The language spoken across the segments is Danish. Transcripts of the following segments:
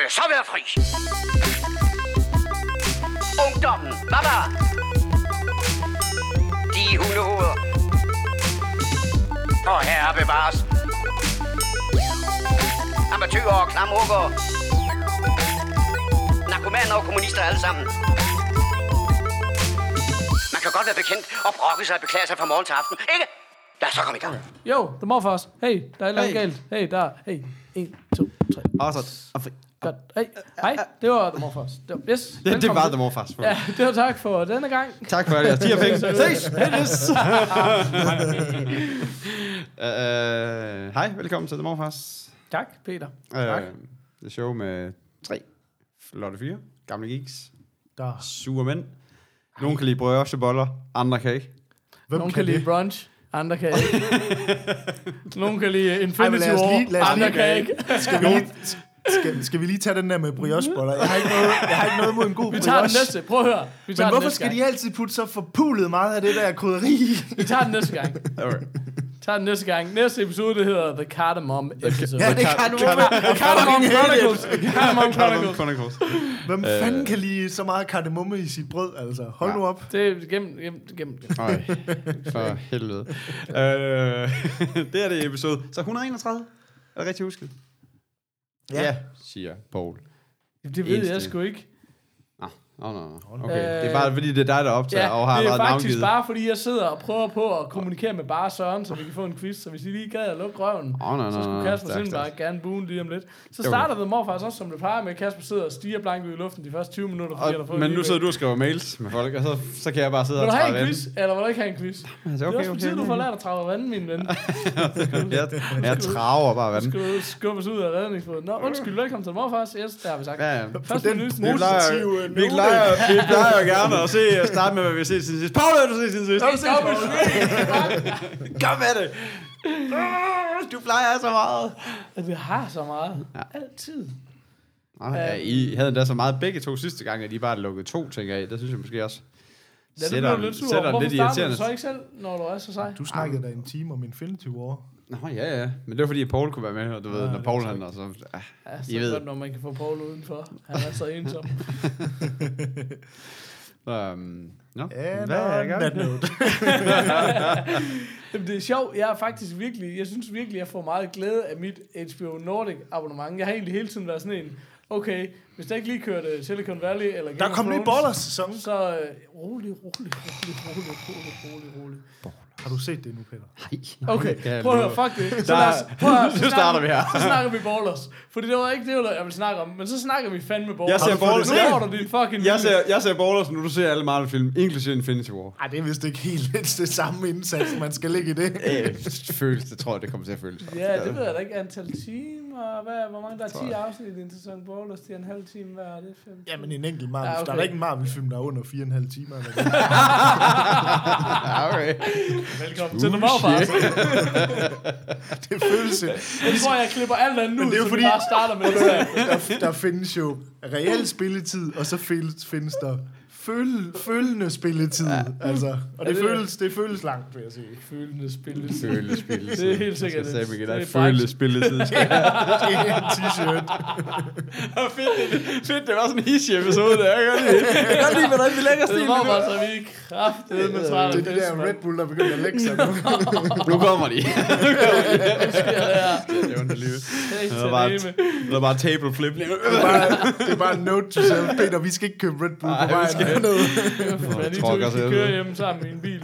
det så være fri. Ungdommen, baba. De hundehoveder. Og herre bevares. Amatører og klamrukker. Narkomaner og kommunister alle sammen. Man kan godt være bekendt og brokke sig og beklage sig fra morgen til aften, ikke? Lad os så komme i gang. Jo, det må for os. Hey, der er noget galt. Hey, der. Hey, 1, 2, 3. Godt. Hey, hej, det var The Morfars. Yes, det var The Morfars. Ja, det var tak for denne gang. Tak for det. 10 penge. Ses. Hej, velkommen til The Morfars. Tak, Peter. Tak. Det show med 3 flotte fyre, gamle geeks, der sure mænd. Nogle kan lide brødrosteboller, andre kan ikke. Nogle kan lide brunch, andre kan ikke. Nogle kan lide Infinity War, andre kan ikke. Skal vi lige tage den der med briocheboller? Jeg har ikke noget mod en god brioche. Vi tager den næste. Prøv at høre. Men hvorfor skal de altid putte så forpulet meget af det der krydderi? Vi tager den næste gang. Næste episode, det hedder The Cardamom Episode. Ja, det er Cardamom Chronicles. Hvem fanden kan lide så meget kardemomme i sit brød, altså? Hold nu op. Det er gennem. Nej, for helvede. Det er det episode. Så 131. Er det rigtig husket? Ja, siger Paul. Det ved jeg sgu ikke. Okay. Det er bare fordi, det er dig, der optager og har været navngivet. det er faktisk bare fordi, jeg sidder og prøver på at kommunikere med bare Søren, så vi kan få en quiz. Så hvis I lige gad at lukke røven, så skulle Kasper simpelthen bare gerne booen lige om lidt. Så starter The Morfars også, som det plejer med. Kasper sidder og stiger blankt ud i luften de første 20 minutter. Men nu sidder du og skriver mails med folk, og så kan jeg bare sidde og træde vand. Vil du have en quiz, eller vil du ikke have en quiz? Det er også på tide, du får lært at trage vand, min ven. Jeg traver bare vand. Du skal skubbes ud af redningsfoden. Nå, undskyld, velkommen til The Morfars. Yes, det har vi sagt. Først den positive vi plejer jo gerne at starte med, hvad vi har set siden sidst. Paul, har du set siden sidst? Kom med det. Du plejer så meget. Vi har så meget. Altid. I havde endda så meget begge to sidste gang, at I bare lukkede 2 ting af. Det synes jeg måske også sætter lidt irriterende. Så ikke selv, når du er så sej? Du snakkede da en time om Infinity War. Nå, ja. Men det var fordi, Paul kunne være med, og du ved, når Paul han og så... så er det godt, når man kan få Paul udenfor. Han er så ensom. Hvad er jeg gang? Det er sjovt. Jeg synes virkelig, jeg får meget glæde af mit HBO Nordic abonnement. Jeg har egentlig hele tiden været sådan en, okay, hvis der ikke lige kørte Silicon Valley eller Game der kom lige Ballers-sæson. Så rolig. Har du set det nu, Peter? Nej. Okay, prøv at høre, fuck det. Så starter vi her. Så snakker vi Ballers. Fordi det var ikke det, jeg ville snakke om. Men så snakker vi fandme Ballers. Jeg ser Ballers. Jeg ser Ballers, nu du ser alle Marvel-film, inklusive Infinity War. Ej, det er vist ikke helt det samme indsats, man skal lægge i det. Det tror jeg, det kommer til at føles. Ja, det ved jeg da ikke. Antal timer, hvor mange der er 10 afsnit i en sæson Ballers, det er en halv time hver, det er 5. Jamen en enkelt Marvel. Der er ikke en Marvel-film, der er under 4,5 timer. Okay. Velkommen til The Morfars. Det føles. Jeg tror, jeg klipper alt andet ud, så fordi bare starter med det. Der findes jo reel spilletid, og så findes der følende spilletid. Ja. Altså, og det føles langt, vil jeg sige. Følende spilletid. Det er helt sikkert det. Det er følende spilletid. Det er en t-shirt. Fedt, det var sådan en hishi-episode der. Jeg kan godt lide, hvordan vi lægger stilen. Det var bare så vi kraftede med træt. Det er de der Red Bull, der begynder at lægge sig nu. Nu kommer de. Det er underlivet. Det er bare table flip. Det er bare en note to self. Peter, vi skal ikke købe Red Bull på vejen. Men I to skal køre hjem sammen i en bil.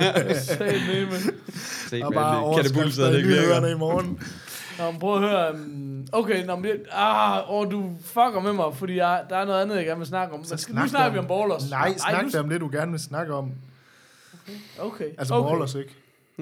Og bare overskrifter i nyhederne i morgen. Nå, men prøv at høre. Okay, du fucker med mig, fordi der er noget andet, jeg gerne vil snakke om. Nu snakker vi om Ballers. Nej, snak om det, du gerne vil snakke om. Okay. Altså Ballers, ikke?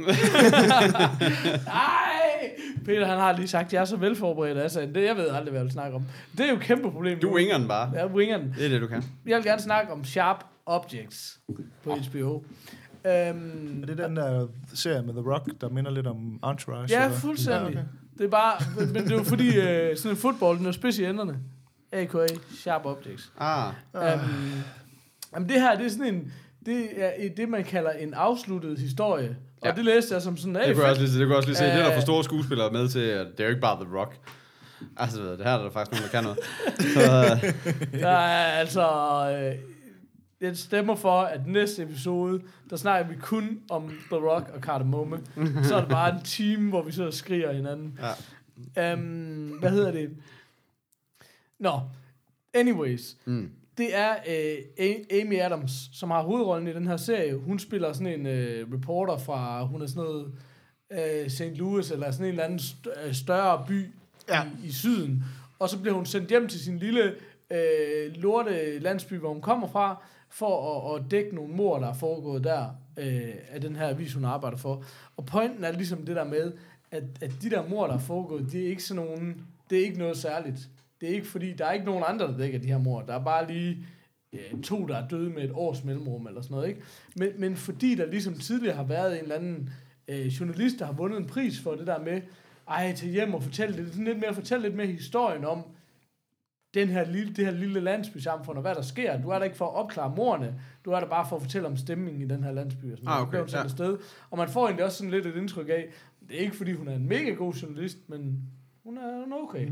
Nej! Peter, han har lige sagt, at jeg er så velforberedt. Altså, det, jeg ved aldrig, hvad jeg vil snakke om. Det er jo et kæmpe problem. Du winger den bare. Ja, winger den. Det er det, du kan. Jeg vil gerne snakke om Sharp Objects på HBO. Er det den der serie med The Rock, der minder lidt om Entourage? Ja, fuldstændig. Ja, okay. Det er bare, men det er jo fordi, sådan en fodbold, den er spids i enderne. A.k.a. Sharp Objects. Jamen det her, det er sådan en, det er det, man kalder en afsluttet historie. Og det læste jeg som sådan, det kunne jeg også lige se. Det er der for store skuespillere med til, at det er jo ikke bare The Rock. Altså, det her er der faktisk nogen, der kan noget. Der er altså... Jeg stemmer for, at næste episode, der snakker vi kun om The Rock og Kardemomme. Så er det bare en time, hvor vi sidder og skriger hinanden. Ja. Hvad hedder det? Nå, anyways. Det er Amy Adams, som har hovedrollen i den her serie. Hun spiller sådan en reporter fra, hun er sådan noget St. Louis, eller sådan en eller anden større by i syden. Og så bliver hun sendt hjem til sin lille lorte landsby, hvor hun kommer fra, for at dække nogle mord, der er foregået der, af den her avis, hun arbejder for. Og pointen er ligesom det der med, at de der mord, der er foregået, det er ikke sådan nogen, det er ikke noget særligt. Det er ikke fordi, der er ikke nogen andre, der dækker de her mord. Der er bare lige 2, der er døde med et års mellemrum, eller sådan noget, ikke? Men fordi der ligesom tidligere har været en eller anden journalist, der har vundet en pris for det der med, til hjem og fortælle lidt mere historien om, det her lille landsbysamfund, og hvad der sker. Du er der ikke for at opklare mordene, du er der bare for at fortælle om stemningen i den her landsby. Og sådan noget. Sted. Og man får egentlig også sådan lidt et indtryk af, det er ikke fordi, hun er en mega god journalist, men hun er okay.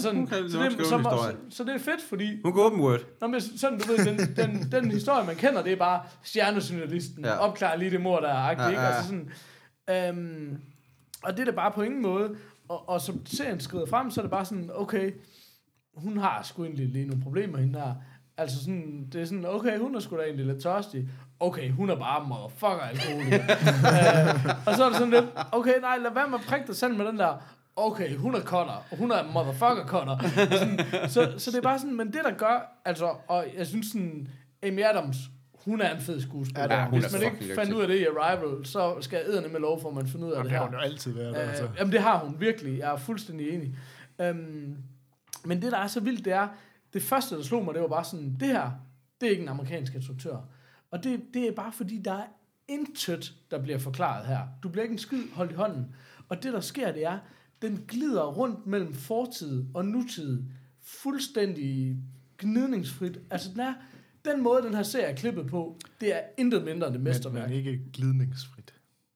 Så det er fedt, fordi... Hun går open word. Nå, men sådan, du ved, den historie, man kender, det er bare stjernejournalisten, opklarer lige det mord, der er agtigt, ikke? Altså sådan, og det er det bare på ingen måde. Og som serien skrider frem, så er det bare sådan, okay, hun har sgu egentlig lige nogle problemer, hende her. Altså sådan, det er sådan, okay, hun er sgu da egentlig lidt tørstig. Okay, hun er bare motherfucker alkoholiker. Og så er det sådan lidt, okay, nej, lad være med at prikke dig selv med den der, okay, hun er cutter, og hun er motherfucker cutter. Så det er bare sådan, men det der gør, altså, og jeg synes sådan, Amy Adams, hun er en fed skuespiller. Ja, hvis man ikke fandt ud af det i Arrival, så skal jeg eddernemmed lov for, at man finder ud af det her. Det har hun jo altid været. Altså. Jamen det har hun virkelig, jeg er fuldstændig enig. Men det der er så vildt, det er, det første der slog mig, det var bare sådan, det her, det er ikke en amerikansk instruktør. Og det er bare fordi, der er intet, der bliver forklaret her. Du bliver ikke en skid holdt i hånden. Og det der sker, det er, den glider rundt mellem fortid og nutid, fuldstændig gnidningsfrit. Altså den måde, den her serie er klippet på, det er intet mindre end det mesterværk. Men ikke glidningsfrit.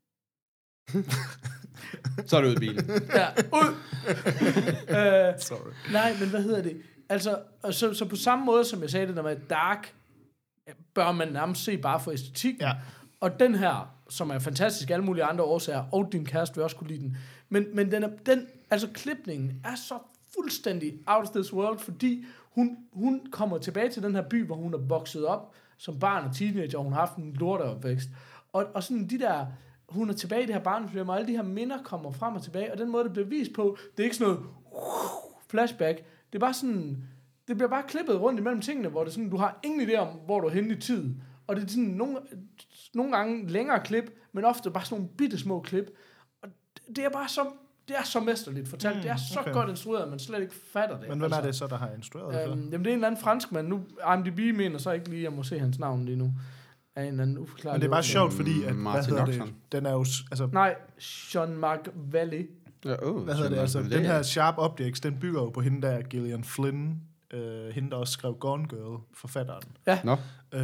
Så er du ude i bilen. Ja, ud! Sorry. Nej, men hvad hedder det? Altså, så på samme måde, som jeg sagde det, der med Dark, bør man nærmest se bare for æstetik. Ja. Og den her, som er fantastisk, alle mulige andre årsager, og din kæreste vil også kunne lide den. Men altså klipningen er så fuldstændig out of this world, fordi hun kommer tilbage til den her by, hvor hun er vokset op som barn og teenager, og hun har haft en lorteopvækst. Og sådan de der, hun er tilbage i det her barndomshjem, og alle de her minder kommer frem og tilbage, og den måde, det bliver vist på, det er ikke sådan noget flashback, det er bare sådan, det bliver bare klippet rundt imellem tingene, hvor det sådan, du har ingen idé om, hvor du er henne i tid. Og det er sådan nogle gange længere klip, men ofte bare sådan nogle bitte små klip. Og det er bare så mesterligt fortalt. Det er så godt instrueret, at man slet ikke fatter det. Men hvem er det så, der har instrueret det? Jamen, det er en eller anden franskmand. Nu, IMDb mener så ikke lige, at jeg må se hans navn lige nu. Af en eller anden uforklaret. Men det er bare sjovt, fordi at, Martin Oxon. Den er jo... Altså, nej, Jean-Marc Vallée. Ja, hvad hedder det? Altså, den her Sharp Objects, den bygger jo på hende der, Gillian Flynn. Hende, der også skrev Gone Girl, forfatteren. Ja. Nå.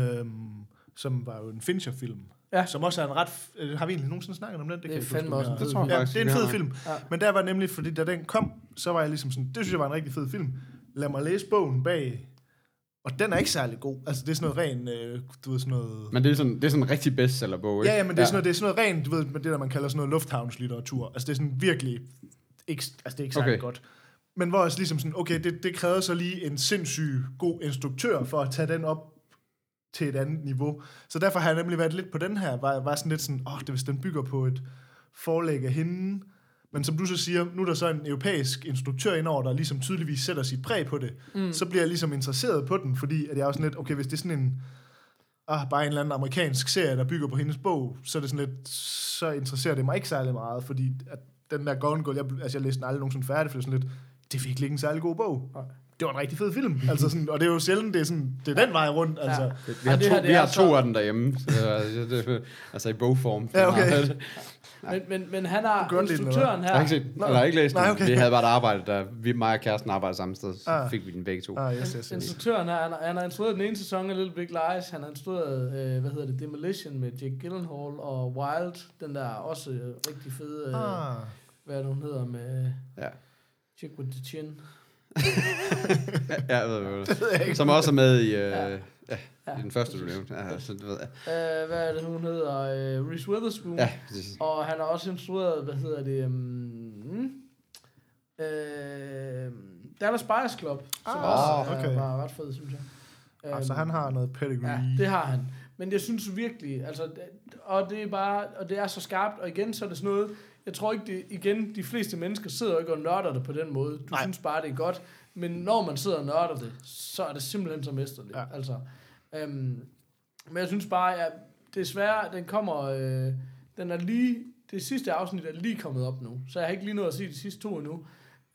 Som var jo en Fincher-film. Ja. Som også er en ret... Har vi egentlig nogensinde snakket om den? Det er fandme også en fed film. Ja, det er en fed film. Ja. Men der var nemlig, fordi da den kom, så var jeg ligesom sådan, det synes jeg var en rigtig fed film. Lad mig læse bogen bag. Og den er ikke særlig god. Altså, det er sådan noget ren, du ved, sådan noget... Men det er sådan en rigtig bestsellerbog, ikke? Ja, men det er sådan noget rent, du ved, det der, man kalder sådan noget lufthavnslitteratur. Altså, det er sådan virkelig... Ikke, altså, det er ikke særlig godt. Men hvor jeg ligesom sådan, okay, det krævede så lige en sindssyg god instruktør for at tage den op til et andet niveau. Så derfor har jeg nemlig været lidt på den her, var sådan lidt sådan, det hvis den bygger på et forlæg af hende. Men som du så siger, nu er der så en europæisk instruktør indover, der ligesom tydeligvis sætter sit præg på det. Så bliver jeg ligesom interesseret på den, fordi at jeg er sådan lidt, okay, hvis det er sådan en, bare en eller anden amerikansk serie, der bygger på hendes bog, så er det sådan lidt, så interesserer det mig ikke særlig meget, fordi at den der Gone Girl, jeg læste den aldrig nogensinde færdig, for det er sådan lidt, det er virkelig ikke en særlig god bog. Det var en rigtig fed film. Altså sådan, og det er jo sjældent, det er den vej rundt. Altså. Ja. Vi har to af den derhjemme. Altså i bogform. Ja, okay. Men han har instruktøren her. Jeg har ikke set den. Eller ikke læst den. Okay. Vi havde bare et arbejde, da mig og kæresten arbejdede samme sted, så fik vi den begge to. Yes. Instruktøren her, han har instrueret den ene sæson af Little Big Lies. Han har instrueret, Demolition med Jake Gyllenhaal og Wild. Den der også rigtig fede, hvad hun hedder med Chick with the Chin. Ja, jeg ved det. Som også er med i, i den første, du nævnte. Ja, så det ved jeg. Hvad er det, hun hedder? Reese Witherspoon. Ja, præcis. Og han har også instrueret, Dallas Buyers Club, som også var ret fed, synes jeg. Altså, han har noget pedigree. Ja, det har han. Men jeg synes virkelig, altså, og det er så skarpt, og igen, så er det sådan noget, jeg tror ikke, de fleste mennesker sidder jo ikke og nørder det på den måde. Du synes bare, det er godt, men når man sidder og nørder det, så er det simpelthen så mesterligt. Ja. Altså, men jeg synes bare, desværre, den kommer, den er lige, det sidste afsnit er lige kommet op nu, så jeg har ikke lige nået at se de sidste 2 endnu.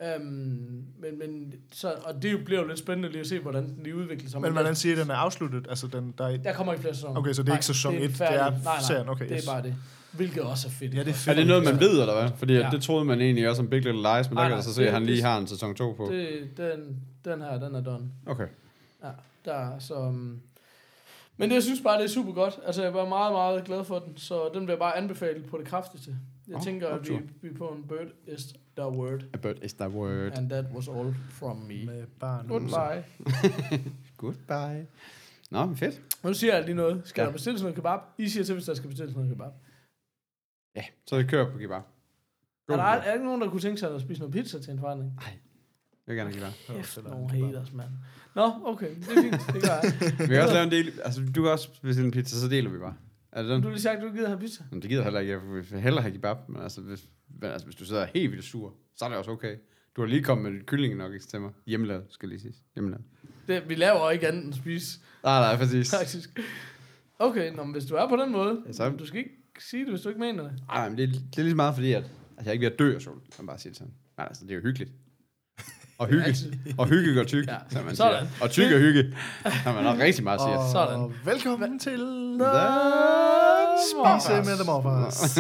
Og det bliver jo lidt spændende lige at se, hvordan den lige udvikler sig. Men hvordan siger den er afsluttet? Altså, der kommer ikke flere sæsoner. Okay, så det er ikke sæson 1, det er serien. Okay, det er bare det. Hvilket også er fedt. Ja, det er fedt. Er det noget, man ved, eller hvad? Fordi det troede man egentlig også om Big Little Lies, men der kan jeg så se, at han lige har en sæson 2 på. Den her, den er done. Okay. Ja, men det, jeg synes bare, det er super godt. Altså, jeg var meget, meget glad for den, så den vil jeg bare anbefale på det kraftigste. Jeg tænker, at vi er på en bird is the word. A bird is the word. And that was all from me. Med barn. Goodbye. Goodbye. Nå, men fedt. Nu siger jeg lige noget. Skal der bestilles noget kebab? I siger til, hvis der skal bestilles noget kebab. Ja, så vi kører på kebab. Er der ikke nogen, der kunne tænke sig at spise noget pizza til en forandring? Nej. Jeg vil gerne have kebab. Kæft, nogle haters, mand. Nå, okay. Det er fint. Det gør jeg. Vi kan også lave en del. Altså, du kan også bestille en pizza, så deler vi bare. Er det den? Du har lige sagt, at du ikke gider have pizza. Men det gider heller ikke. Jeg vil hellere have kebab. Men altså, hvis du sidder helt vildt sur, så er det også okay. Du har lige kommet med kyllingen nok ikke til mig. Hjemmelavet, skal jeg lige sige. Hjemmelavet. Vi laver ikke andet end spise. Nej, præcis. Faktisk. Okay, men hvis du er på den måde, så du skal ikke sige det, hvis du ikke mener det. Nej, men det er lige så meget fordi, at jeg er ikke ved at dø af sol. Jeg kan bare sige det sådan. Nej, altså, det er jo hyggeligt. Og hygge. Og hygge går tyk, som man siger. Og tyk og hygge, har man nok rigtig meget siger. Sådan. Velkommen til Spise med The Morfars.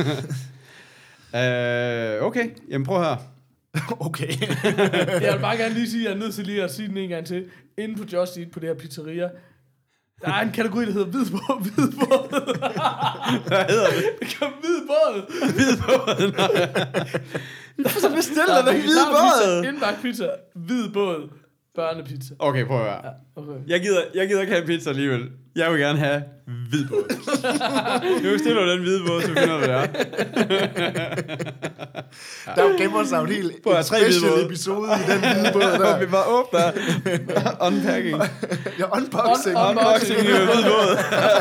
Okay, jamen prøv at høre. Okay. Jeg vil bare gerne lige sige, at jeg er nødt til lige at sige den en gang til. Inden på Just Eat på det her pizzeria, der er en kategori, der hedder hvidbåd. Hvad hedder det? Hvidbåd. Hvidbåd. Så bestiller den hvidbåd. Indbagt pizza. Hvidbåd. Børnepizza. Okay, prøv at høre. Ja, okay. Jeg gider ikke have pizza alligevel. Jeg vil gerne have hvidbåd. Nu bestiller du den hvidbåd, så finder du det her. Der gemmer sig en helt special episode i den hvidbåd der. Vi bare åbner. Unpacking. Ja, unboxing. Unboxing i hvidbåd.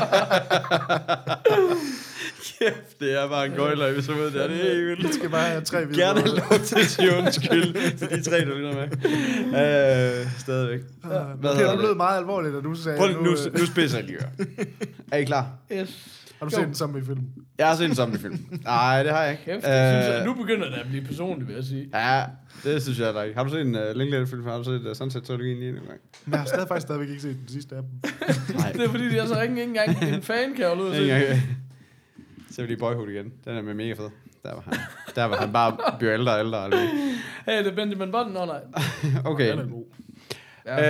Kæft, det er bare en gøjler-episode. Det er det helt vildt. Du skal bare have 3 hvidbåd. Gerne lov til at sige undskyld til de 3, der lytter med. Stadigvæk. Det lød meget alvorligt, da du sagde... Prøv, nu spidser jeg lige. Er I klar? Yes. Har du set den zombie-film? Jeg har set en zombie-film. Nej, det har jeg ikke. Kæft, det synes jeg, nu begynder det at blive personligt, vil jeg sige. Ja, det synes jeg da ikke. Har du set en Linklater-film? Har du set Sunset-trilogien lige en gang? Jeg har faktisk stadigvæk ikke set den sidste af dem. Nej. Det er fordi, de er så ikke engang en fan, kan jeg jo løde at se. Så er vi lige Boyhood igen. Den er med mega fed. Der var han bare bliver ældre og ældre. Hey, det er Benjamin Button. Nå, nej. Okay. Den er god. Ja.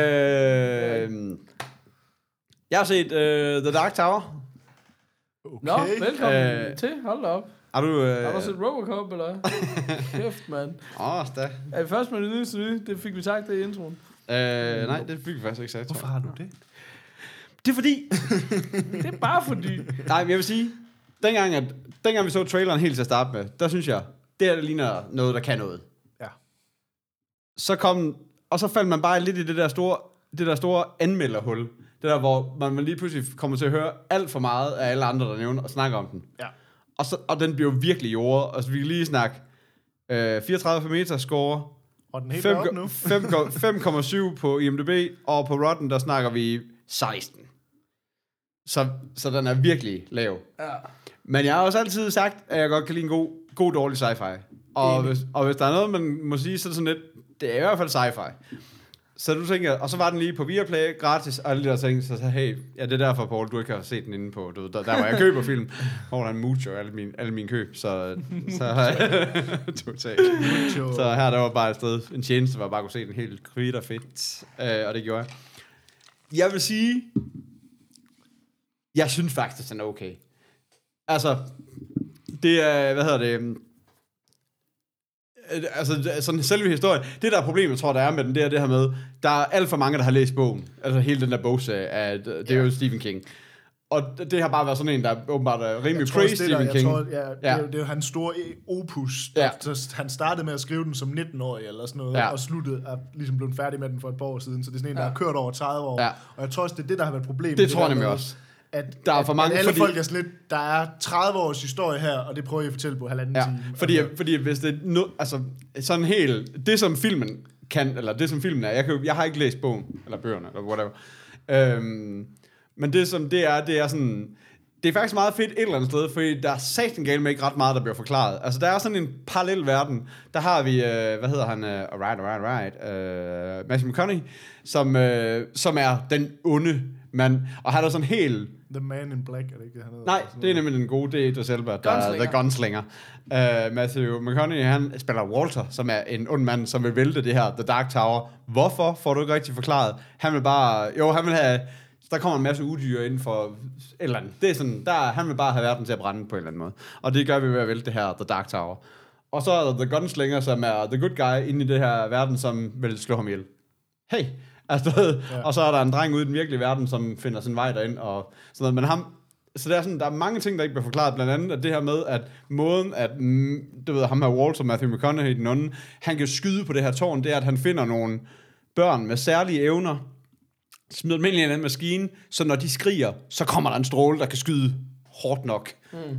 Jeg har set The Dark Tower. Okay. Nå, velkommen til. Hold da op. Har du set Robocop, eller? Kæft, mand. Da. Er vi først med det nyeste nye? Det fik vi sagt, det i introen. Nej, det fik vi faktisk ikke sagt. Hvorfor har du det? Det er fordi... Det er bare fordi... Nej, men jeg vil sige... Dengang vi så traileren helt til at starte med, der synes jeg, det her ligner noget, der kan noget. Ja. Så faldt man bare lidt i det der store anmelderhul. Det der, hvor man lige pludselig kommer til at høre alt for meget af alle andre, der nævner og snakker om den. Ja. Og den bliver virkelig jordet. Altså, vi kan lige snakke 34 meter score. Og den helt op nu. 5,7 på IMDb, og på Rotten, der snakker vi 16. Så den er virkelig lav. Ja. Men jeg har også altid sagt, at jeg godt kan lide en god dårlig sci-fi. Og hvis der er noget, man må sige, så er det sådan lidt, det er i hvert fald sci-fi. Så du tænker, og så var den lige på Viaplay gratis, og alle de der ting, så hey, ja, det er derfor, Paul, du ikke har set den inde på, der hvor jeg køber film, hvor der er mucho alle mine køb, så totalt. Så her, der var bare et sted, en tjeneste, hvor jeg bare kunne se den helt kridt og fedt, og det gjorde jeg. Jeg vil sige, jeg synes faktisk, den er okay. Altså, det er, altså sådan selve historien, det der er problemet, tror jeg, der er med den, det er det her med, der er alt for mange, der har læst bogen. Altså hele den der bogserie, det er jo Stephen King. Og det har bare været sådan en, der åbenbart er rimelig crazy Stephen King. Det er jo hans store opus. Han startede med at skrive den som 19-årig eller sådan noget, og sluttede er ligesom blevet færdig med den for et par år siden. Så det er sådan en, der har kørt over 30 år. Ja. Og jeg tror også, det er det, der har været problemet. Det tror jeg nemlig også. At der er for mange, at alle folk er sådan lidt, der er 30 års historie her, og det prøver jeg at fortælle på halvanden time. Fordi hvis det er altså sådan helt, det som filmen kan, eller det som filmen er, jeg har ikke læst bogen, eller bøgerne, eller whatever. Men det som det er sådan, det er faktisk meget fedt et eller andet sted, fordi der er satan galt med ikke ret meget, der bliver forklaret. Altså der er sådan en parallel verden, der har vi, hvad hedder han, Matthew McConaughey, som er den onde mand, og han er sådan helt... The Man in Black, er det ikke det, han hedder? Nej, det er nemlig den gode, det er Idris Elba, der er The Gunslinger. Matthew McConaughey, han spiller Walter, som er en ond mand, som vil vælte det her, The Dark Tower. Hvorfor får du ikke rigtig forklaret? Han vil bare... han vil have... Der kommer en masse udyr inden for et eller andet. Det er sådan, han vil bare have verden til at brænde på en eller anden måde. Og det gør vi ved at vælte det her, The Dark Tower. Og så er der The Gunslinger, som er the good guy inde i det her verden, som vil slå ham ihjel. Hey! Altså, og så er der en dreng ude i den virkelige verden, som finder sin vej derind og sådan noget. Men så der er sådan, der er mange ting, der ikke bliver forklaret. Blandt andet at det her med, at måden, at du ved, ham her Walter, Matthew McConaughey, den onde, han kan skyde på det her tårn, det er, at han finder nogle børn med særlige evner, smider dem ind i en anden maskine, så når de skriger, så kommer der en stråle, der kan skyde hårdt nok.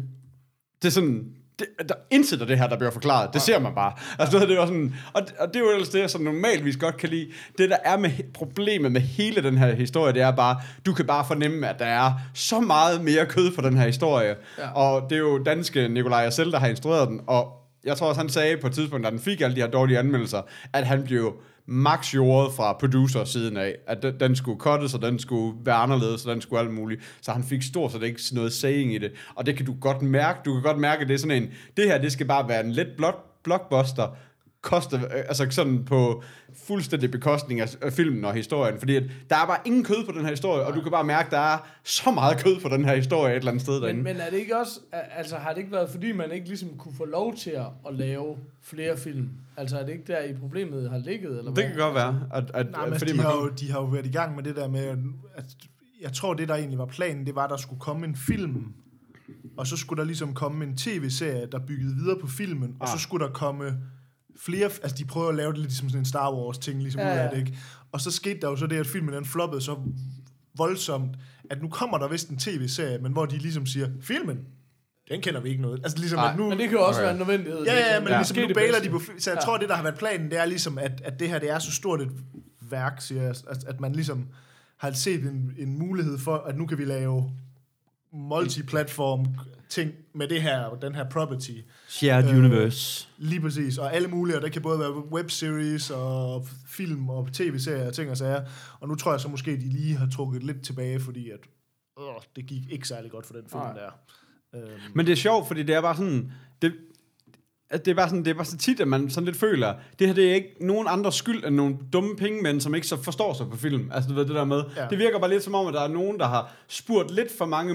Det er sådan... Der indsætter det her, der bliver forklaret. Det ser man bare. Altså, det er sådan, og det er jo ellers det, som normalvis godt kan lide. Det, der er med problemet med hele den her historie, det er bare, du kan bare fornemme, at der er så meget mere kød for den her historie. Ja. Og det er jo danske Nikolaj Arcel, der har instrueret den, og jeg tror også, han sagde på et tidspunkt, da den fik alle de her dårlige anmeldelser, at han blev max jordet fra producer-siden af, at den skulle cuttes, og den skulle være anderledes, og den skulle alt muligt. Så han fik stort set ikke noget saying i det. Og det kan du godt mærke. Du kan godt mærke, at det er sådan en, det her, det skal bare være en let blockbuster, altså sådan på fuldstændig bekostning af filmen og historien, fordi at der er bare ingen kød på den her historie, og du kan bare mærke, at der er så meget kød på den her historie et eller andet sted derinde. Men er det ikke også, altså har det ikke været, fordi man ikke ligesom kunne få lov til at lave flere film? Altså er det ikke der i problemet har ligget? Eller det kan godt være. Fordi de har jo været i gang med det der med, at jeg tror det der egentlig var planen, det var, at der skulle komme en film, og så skulle der ligesom komme en tv-serie, der byggede videre på filmen, og så skulle der komme flere, altså de prøver at lave det lidt som sådan en Star Wars ting, ligesom ud af det, ikke? Og så skete der jo så det, at filmen den floppede så voldsomt, at nu kommer der vist en tv-serie, men hvor de ligesom siger, filmen, den kender vi ikke noget. Altså ligesom at nu... Men det kan jo også være en nødvendighed. Ja, men ligesom nu bailer de på... Så jeg tror, det der har været planen, det er ligesom, at det her, det er så stort et værk, siger jeg, at man ligesom har set en mulighed for, at nu kan vi lave multiplatform ting med det her, den her property. Shared universe. Lige præcis, og alle mulige, og det kan både være webseries og film og tv-serier og ting og sager. Og nu tror jeg så måske, de lige har trukket lidt tilbage, fordi at det gik ikke særlig godt for den film der. Men det er sjovt, fordi det er bare sådan... Det er bare så tit, at man sådan lidt føler, det her det er ikke nogen andres skyld end nogle dumme pengemænd, som ikke så forstår sig på film. Altså du ved det der med, det virker bare lidt som om, at der er nogen, der har spurgt lidt for mange,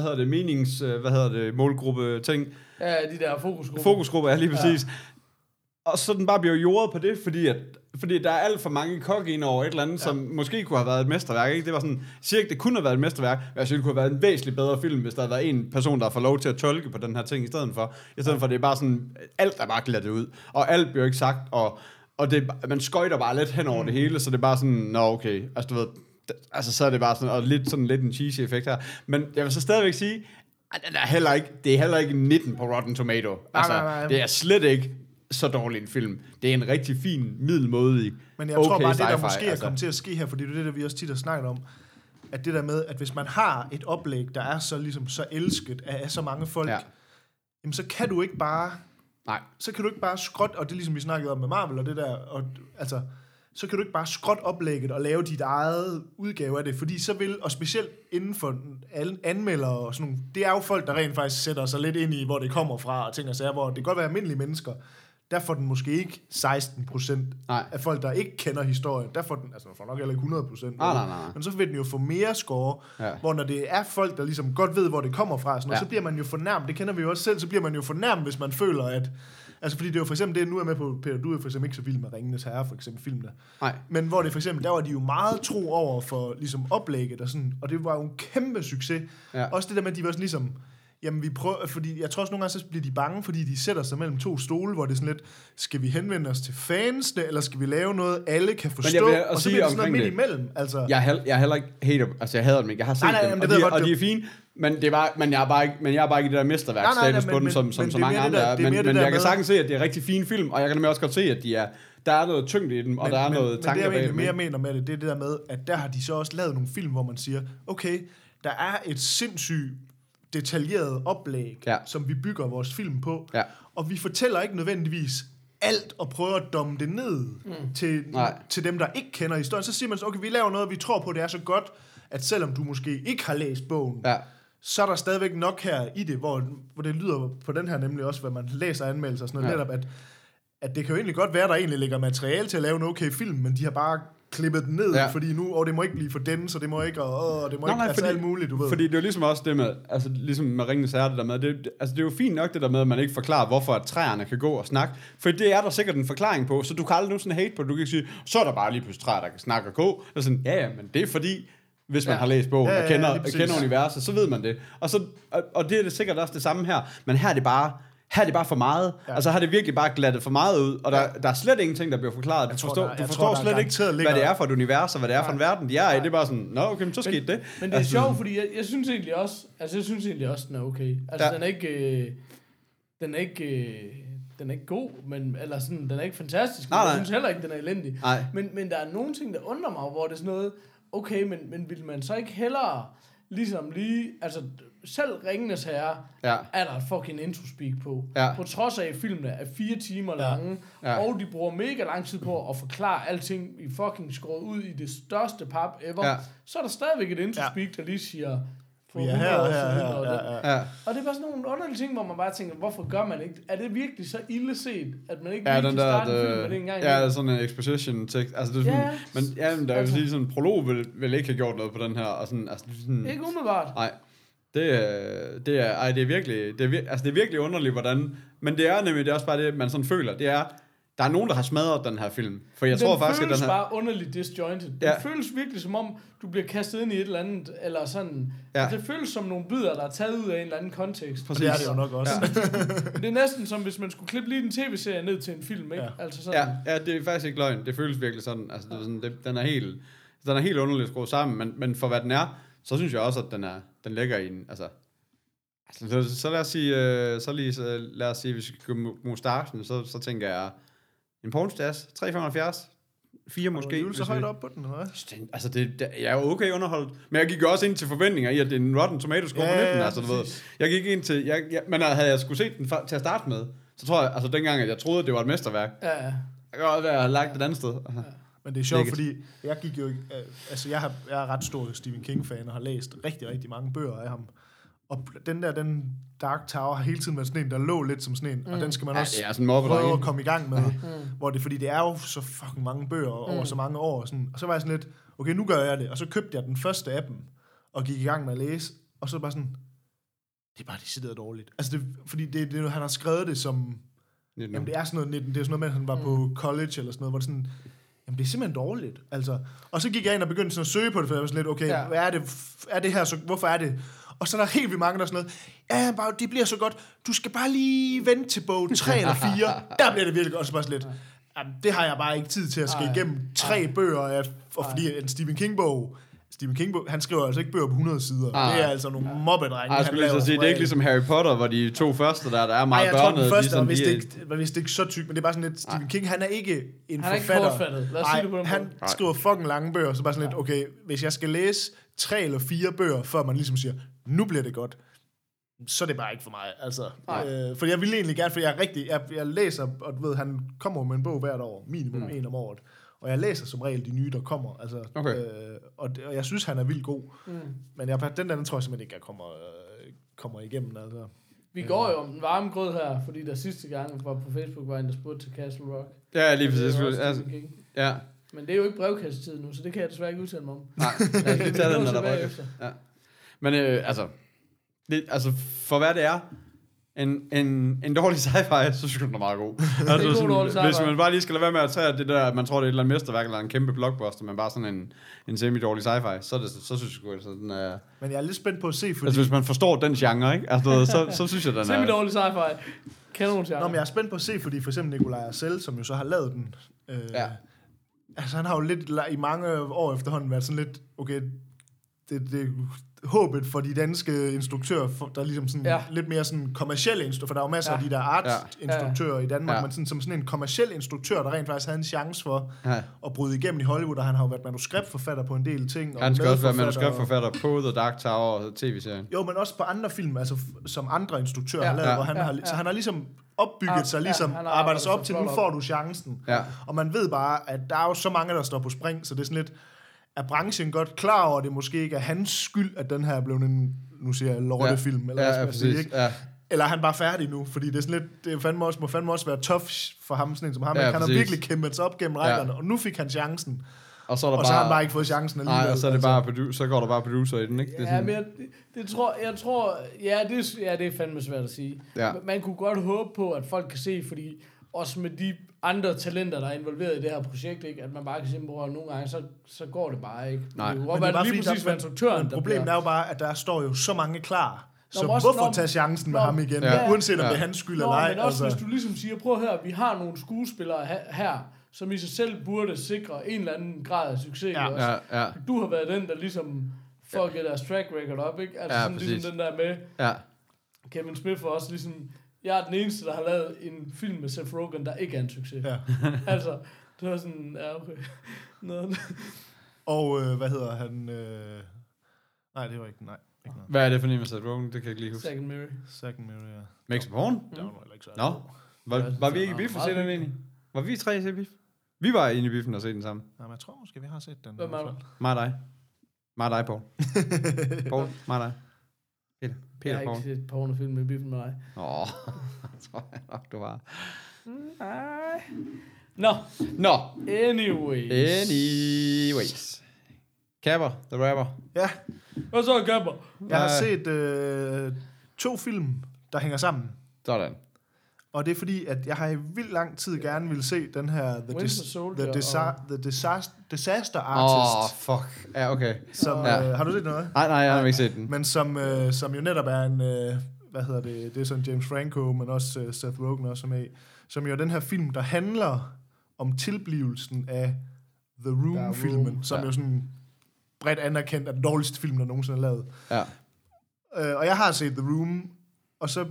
målgruppe ting. Ja, de der fokusgrupper. Fokusgrupper, ja, lige præcis. Ja. Og så den bare bliver jordet på det, fordi der er alt for mange kokke ind over et eller andet, som måske kunne have været et mesterværk. Ikke? Det var sådan, siger ikke, det kunne have været et mesterværk, men jeg synes, det kunne have været en væsentligt bedre film, hvis der havde været en person, der får lov til at tolke på den her ting i stedet for. I stedet for, det er bare sådan, alt er bare glattet ud, og alt bliver ikke sagt, og det, man skøjter bare lidt hen over det hele, så det er bare sådan, nå okay, altså du ved, altså så er det bare sådan, og lidt en cheesy effekt her. Men jeg vil så stadigvæk sige, at det er heller ikke 19 på Rotten Tomato. Altså, nej. Det er slet ikke så dårlig en film. Det er en rigtig fin, middelmådig, men jeg tror bare, det der måske er kommet til at ske her, fordi det er det, der vi også tit har snakket om, at det der med, at hvis man har et oplæg, der er så ligesom så elsket af så mange folk, jamen så kan du ikke bare... Nej. Så kan du ikke bare skråt, og det er ligesom vi snakkede om med Marvel og det der, og altså... Så kan du ikke bare skråt oplægget og lave dit eget udgave af det, fordi så vil, og specielt inden for alle anmeldere og sådan nogle, det er jo folk, der rent faktisk sætter sig lidt ind i, hvor det kommer fra, og ting og sager, hvor det kan godt være almindelige mennesker, der får den måske ikke 16% af folk, der ikke kender historien, der får den, altså får nok heller ikke 100%, nej. Men så vil den jo få mere score, hvor når det er folk, der ligesom godt ved, hvor det kommer fra, sådan noget, så bliver man jo fornærmet, det kender vi jo også selv, så bliver man jo fornærmet, hvis man føler, Altså, fordi det er jo for eksempel det, nu er jeg med på, Peter, du er for eksempel ikke så vild med Ringenes Herre, for eksempel filmene. Nej. Men hvor det for eksempel, der var de jo meget tro over for ligesom oplægget og sådan, og det var jo en kæmpe succes. Ja. Også det der med, at de var sådan ligesom, jamen vi prøver, fordi jeg tror også nogle gange, så bliver de bange, fordi de sætter sig mellem to stole, hvor det er sådan lidt, skal vi henvende os til fansene, eller skal vi lave noget, alle kan forstå, og så bliver det sådan noget midt imellem. Altså. Jeg er heller ikke hater, altså jeg hader dem ikke, jeg har set dem, og de er fine, men jeg er bare ikke det der mesterværksstatus på dem, som så mange andre er. Men jeg kan sagtens se, at det er rigtig fine film, og jeg kan også godt se, at der er noget tyngde i dem, og der er noget tanker bag dem. Men det, jeg mener med det er det der med, at der har de så også lavet nogle film, hvor man siger, okay, der er et sindssygt detaljeret oplæg, som vi bygger vores film på, og vi fortæller ikke nødvendigvis alt og prøver at domme det ned til dem, der ikke kender historien. Så siger man så, okay, vi laver noget, vi tror på, det er så godt, at selvom du måske ikke har læst bogen, så er der stadigvæk nok her i det, hvor det lyder på den her nemlig også, hvad man læser anmeldelser og sådan noget, netop, at det kan jo egentlig godt være, der egentlig ligger materiale til at lave en okay film, men de har bare klippet den ned, fordi nu, det må ikke blive for den, så det må ikke, det må ikke, altså alt muligt, du ved. Fordi det er jo ligesom også det med, altså ligesom med Ringenes Herre, det der med, det er jo fint nok det der med, at man ikke forklarer, hvorfor at træerne kan gå og snakke, for det er der sikkert en forklaring på, så du kan aldrig nu sådan hate på det, du kan ikke sige, så er der bare lige pludselig træer, der kan snakke og gå, og sådan, men det er fordi, hvis man har læst bogen og kender universet, så ved man det. Og det er det sikkert også det samme her, men her er det bare for meget. Altså her er det virkelig bare glattet for meget ud, og der er slet ingenting, der bliver forklaret. Du forstår slet ikke, hvad det er for et univers, og hvad det er for en verden, de er i. Det er bare sådan, okay, så skete det. Men det er sjovt, fordi jeg synes egentlig også, den er okay. Altså den er ikke god, eller sådan, den er ikke fantastisk. Jeg synes heller ikke, den er elendig. Men der er nogle ting, der undrer mig, hvor det er sådan noget, okay, men vil man så ikke hellere ligesom lige, altså selv Ringenes Herre er der et fucking introspeak på. På trods af, at filmene er 4 timer lange, og de bruger mega lang tid på at forklare alting i fucking skåret ud i det største pap ever, så er der stadigvæk et introspeak, der lige siger, for 100 år siden, og det er bare sådan nogle underlige ting, hvor man bare tænker, hvorfor gør man ikke? Er det virkelig så ille set, at man ikke virkelig starter en film med det engang? Ja, det er sådan en exposition tekst. Altså, det er sådan, men der er jo sådan en prolog vil ikke have gjort noget på den her. Og sådan, altså, sådan, ikke umiddelbart. Nej. Det er virkelig underligt, hvordan. Men det er nemlig, det er også bare det, man sådan føler. Det er, der er nogen, der har smadret den her film. For jeg tror faktisk, at den her bare underligt disjointed. Det føles virkelig som om, du bliver kastet ind i et eller andet, eller sådan. Det føles som nogle bidder, der er taget ud af en eller anden kontekst. Præcis. Det er det jo nok også. Det er næsten som, hvis man skulle klippe lige en tv-serie ned til en film, ikke? Altså sådan. Ja, det er faktisk ikke løgn. Det føles virkelig sådan. Altså, det er sådan, den er helt underligt skruet sammen, men for hvad den er, så synes jeg også, at den ligger i en, altså så lad os sige, lad os sige, hvis vi skal gå mustachen, så tænker jeg, en pornstas, 3,75, 4 måske. Du er så højt op på den, eller hvad? Altså, jeg er jo okay underholdt, men jeg gik jo også ind til forventninger i, at det er en Rotten Tomatoes score på 19, altså, du ved. Jeg gik ind til, men havde jeg skulle set den til at starte med, så tror jeg, altså dengang, at jeg troede, at det var et mesterværk. Jeg kan godt være, at jeg har lagt et andet sted. Men det er sjovt, fordi jeg gik jo, altså jeg er ret stor Stephen King-fan, og har læst rigtig, rigtig mange bøger af ham. Og den Dark Tower har hele tiden været sådan en, der lå lidt som sådan en, og den skal man også prøve at komme i gang med. Hvor det, fordi det er jo så fucking mange bøger over så mange år. Sådan. Og så var jeg sådan lidt, okay, nu gør jeg det. Og så købte jeg den første af dem, og gik i gang med at læse. Og så bare sådan, det er bare decideret dårligt. Altså, fordi han har skrevet det som, jamen det er sådan noget 19, det er sådan noget med, at han var på college eller sådan noget, hvor det sådan, jamen det er simpelthen dårligt, altså. Og så gik jeg ind og begyndte sådan at søge på det, for jeg var sådan lidt, okay, hvad er det her, så hvorfor er det? Og så er der helt vildt mange, der er sådan noget, bare, det bliver så godt, du skal bare lige vente til bog 3 eller 4, der bliver det virkelig godt, og så bare sådan lidt, jamen, det har jeg bare ikke tid til at skal igennem 3 bøger, og fordi en Stephen King-bog, han skriver altså ikke bøger på 100 sider. Det er altså nogle mobbedrenge. Jeg skulle lige så sige, det er ikke ligesom Harry Potter, hvor de 2 første der er meget børnede. Jeg tror, den første var vist ikke så tyk, men det er bare sådan lidt, Stephen King, han er ikke en forfatter. Han skriver fucking lange bøger, så bare sådan lidt, okay, hvis jeg skal læse 3 eller 4 bøger, før man ligesom siger, nu bliver det godt, så er det bare ikke for mig. Altså, for jeg vil egentlig gerne, for jeg læser, og du ved, han kommer med en bog hvert år, minimum 1 om året. Og jeg læser som regel de nye, der kommer. Altså, og jeg synes, han er vildt god. Men den der tror jeg simpelthen ikke, jeg kommer igennem. Altså. Vi går jo om den varme grød her, fordi der sidste gang var på Facebook, var en, der spurgte til Castle Rock. Ja, lige præcis. Ja. Men det er jo ikke brevkastetid nu, så det kan jeg desværre ikke udtale mig om. Nej, det tager den, når der er brevkastet. Ja. Men altså, for hvad det er, en dårlig sci-fi, så synes jeg, den er meget god. Altså, sådan, hvis man bare lige skal lade være med at tage det der, at man tror, det er et eller andet mesterværk, eller en kæmpe blockbuster, men bare sådan en semi-dårlig sci-fi, så synes jeg godt, den er... Men jeg er lidt spændt på at se, fordi... Altså, hvis man forstår den genre, ikke? Altså, så synes jeg, den er... Semi-dårlig sci-fi. Kanon-genre. Nå, men jeg er spændt på at se, fordi for eksempel Nikolaj Arcel, som jo så har lavet den... Altså, han har jo lidt i mange år efterhånden været sådan lidt... Okay, det håbet for de danske instruktører, der er ligesom sådan lidt mere sådan kommercielle instruktører, for der er jo masser af de der art-instruktører i Danmark, men sådan, som sådan en kommerciel instruktør, der rent faktisk havde en chance for at bryde igennem i Hollywood, og han har jo været manuskriptforfatter på en del ting. Han skal også være manuskriptforfatter på The Dark Tower og tv-serien. Jo, men også på andre film, altså som andre instruktører har lavet, hvor han har, så han har ligesom opbygget sig, ligesom arbejder sig op til, nu får du chancen. Ja. Og man ved bare, at der er jo så mange, der står på spring, så det er sådan lidt, er branchen godt klar over, at det måske ikke er hans skyld, at den her er blevet en, nu siger jeg, lortefilm, eller hvad sige, ikke? Ja. Eller er han bare færdig nu? Fordi det er sådan lidt, det må fandme også være tough for ham, sådan en som ham. Han har virkelig kæmpet sig op gennem rækkerne, og nu fik han chancen. Og så har han bare ikke fået chancen alligevel. Nej, og så er det bare så går der bare producer i den, ikke? Det er men jeg tror, det er fandme svært at sige. Ja. Man kunne godt håbe på, at folk kan se, fordi også med de andre talenter, der er involveret i det her projekt, ikke? At man bare kan sige, at nogle gange, så går det bare ikke. Nej. Det er bare lige præcis, hvad instruktøren, problemet er jo bare, at der står jo så mange klar. Så hvorfor tage chancen med ham igen, uanset om det er hans skyld eller ej? Men også hvis du ligesom siger, prøv her, vi har nogle skuespillere her, som i sig selv burde sikre en eller anden grad af succes. Ja. Du har været den, der ligesom fucket deres track record op, ikke? Altså sådan ligesom den der med Kevin Smith for også ligesom, jeg er den eneste, der har lavet en film med Seth Rogen, der ikke er en succes. Ja. Altså, det var sådan, okay. Og hvad hedder han? Nej, det var ikke, nej. Hvad er det for en med Seth Rogen? Det kan jeg ikke lige huske. Second Mary, ja. Max Porn? Det var ikke så. Nå, var vi ikke i biffen at se den egentlig? Var vi tre at se biffen? Vi var inde i biffen og se den sammen. Nej, men jeg tror måske, vi har set den. Hvem er du? Mig og dig, Paul. Paul, mig og dig. Peter, jeg har ikke set pornofilm med biffen med dig. Åh, tror jeg nok, du var. Nej. Nå. Anyways. Capper, The Rapper. Ja. Hvad så, Capper? Jeg har set 2 film, der hænger sammen. Sådan. Og det er fordi, at jeg har i vildt lang tid gerne ville se den her The Disaster Artist. Fuck. Ja, okay. Som, har du set noget? Nej, jeg har ikke set den. Men som jo netop er en, det er sådan James Franco, men også Seth Rogen også med, som jo er den her film, der handler om tilblivelsen af The Room-filmen, som jo sådan bredt anerkendt er den dårligste film, der nogensinde er lavet. Ja. Og jeg har set The Room, og så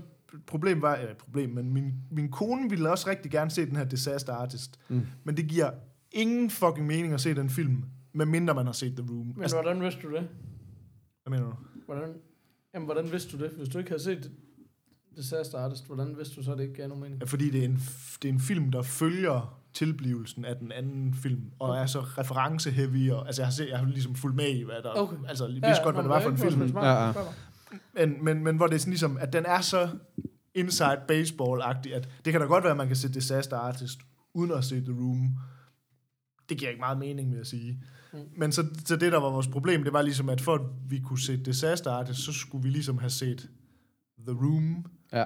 men min kone ville også rigtig gerne se den her Disaster Artist. Men det giver ingen fucking mening at se den film, medmindre man har set The Room. Men hvordan vidste du det? Hvad mener du? Hvordan vidste du det? Hvis du ikke havde set Disaster Artist, hvordan vidste du så, det ikke gav nogen mening? Fordi det er en film, der følger tilblivelsen af den anden film, og er så reference-heavy, og altså jeg har ligesom fulgt med i, hvad der altså lige vidste godt, hvad det var for en film. Men hvor det er sådan ligesom, at den er så inside baseball-agtig, at det kan da godt være, at man kan se Disaster Artist uden at se The Room. Det giver ikke meget mening, vil jeg sige. Men så det, der var vores problem, det var ligesom, at for at vi kunne se Disaster Artist, så skulle vi ligesom have set The Room. Ja.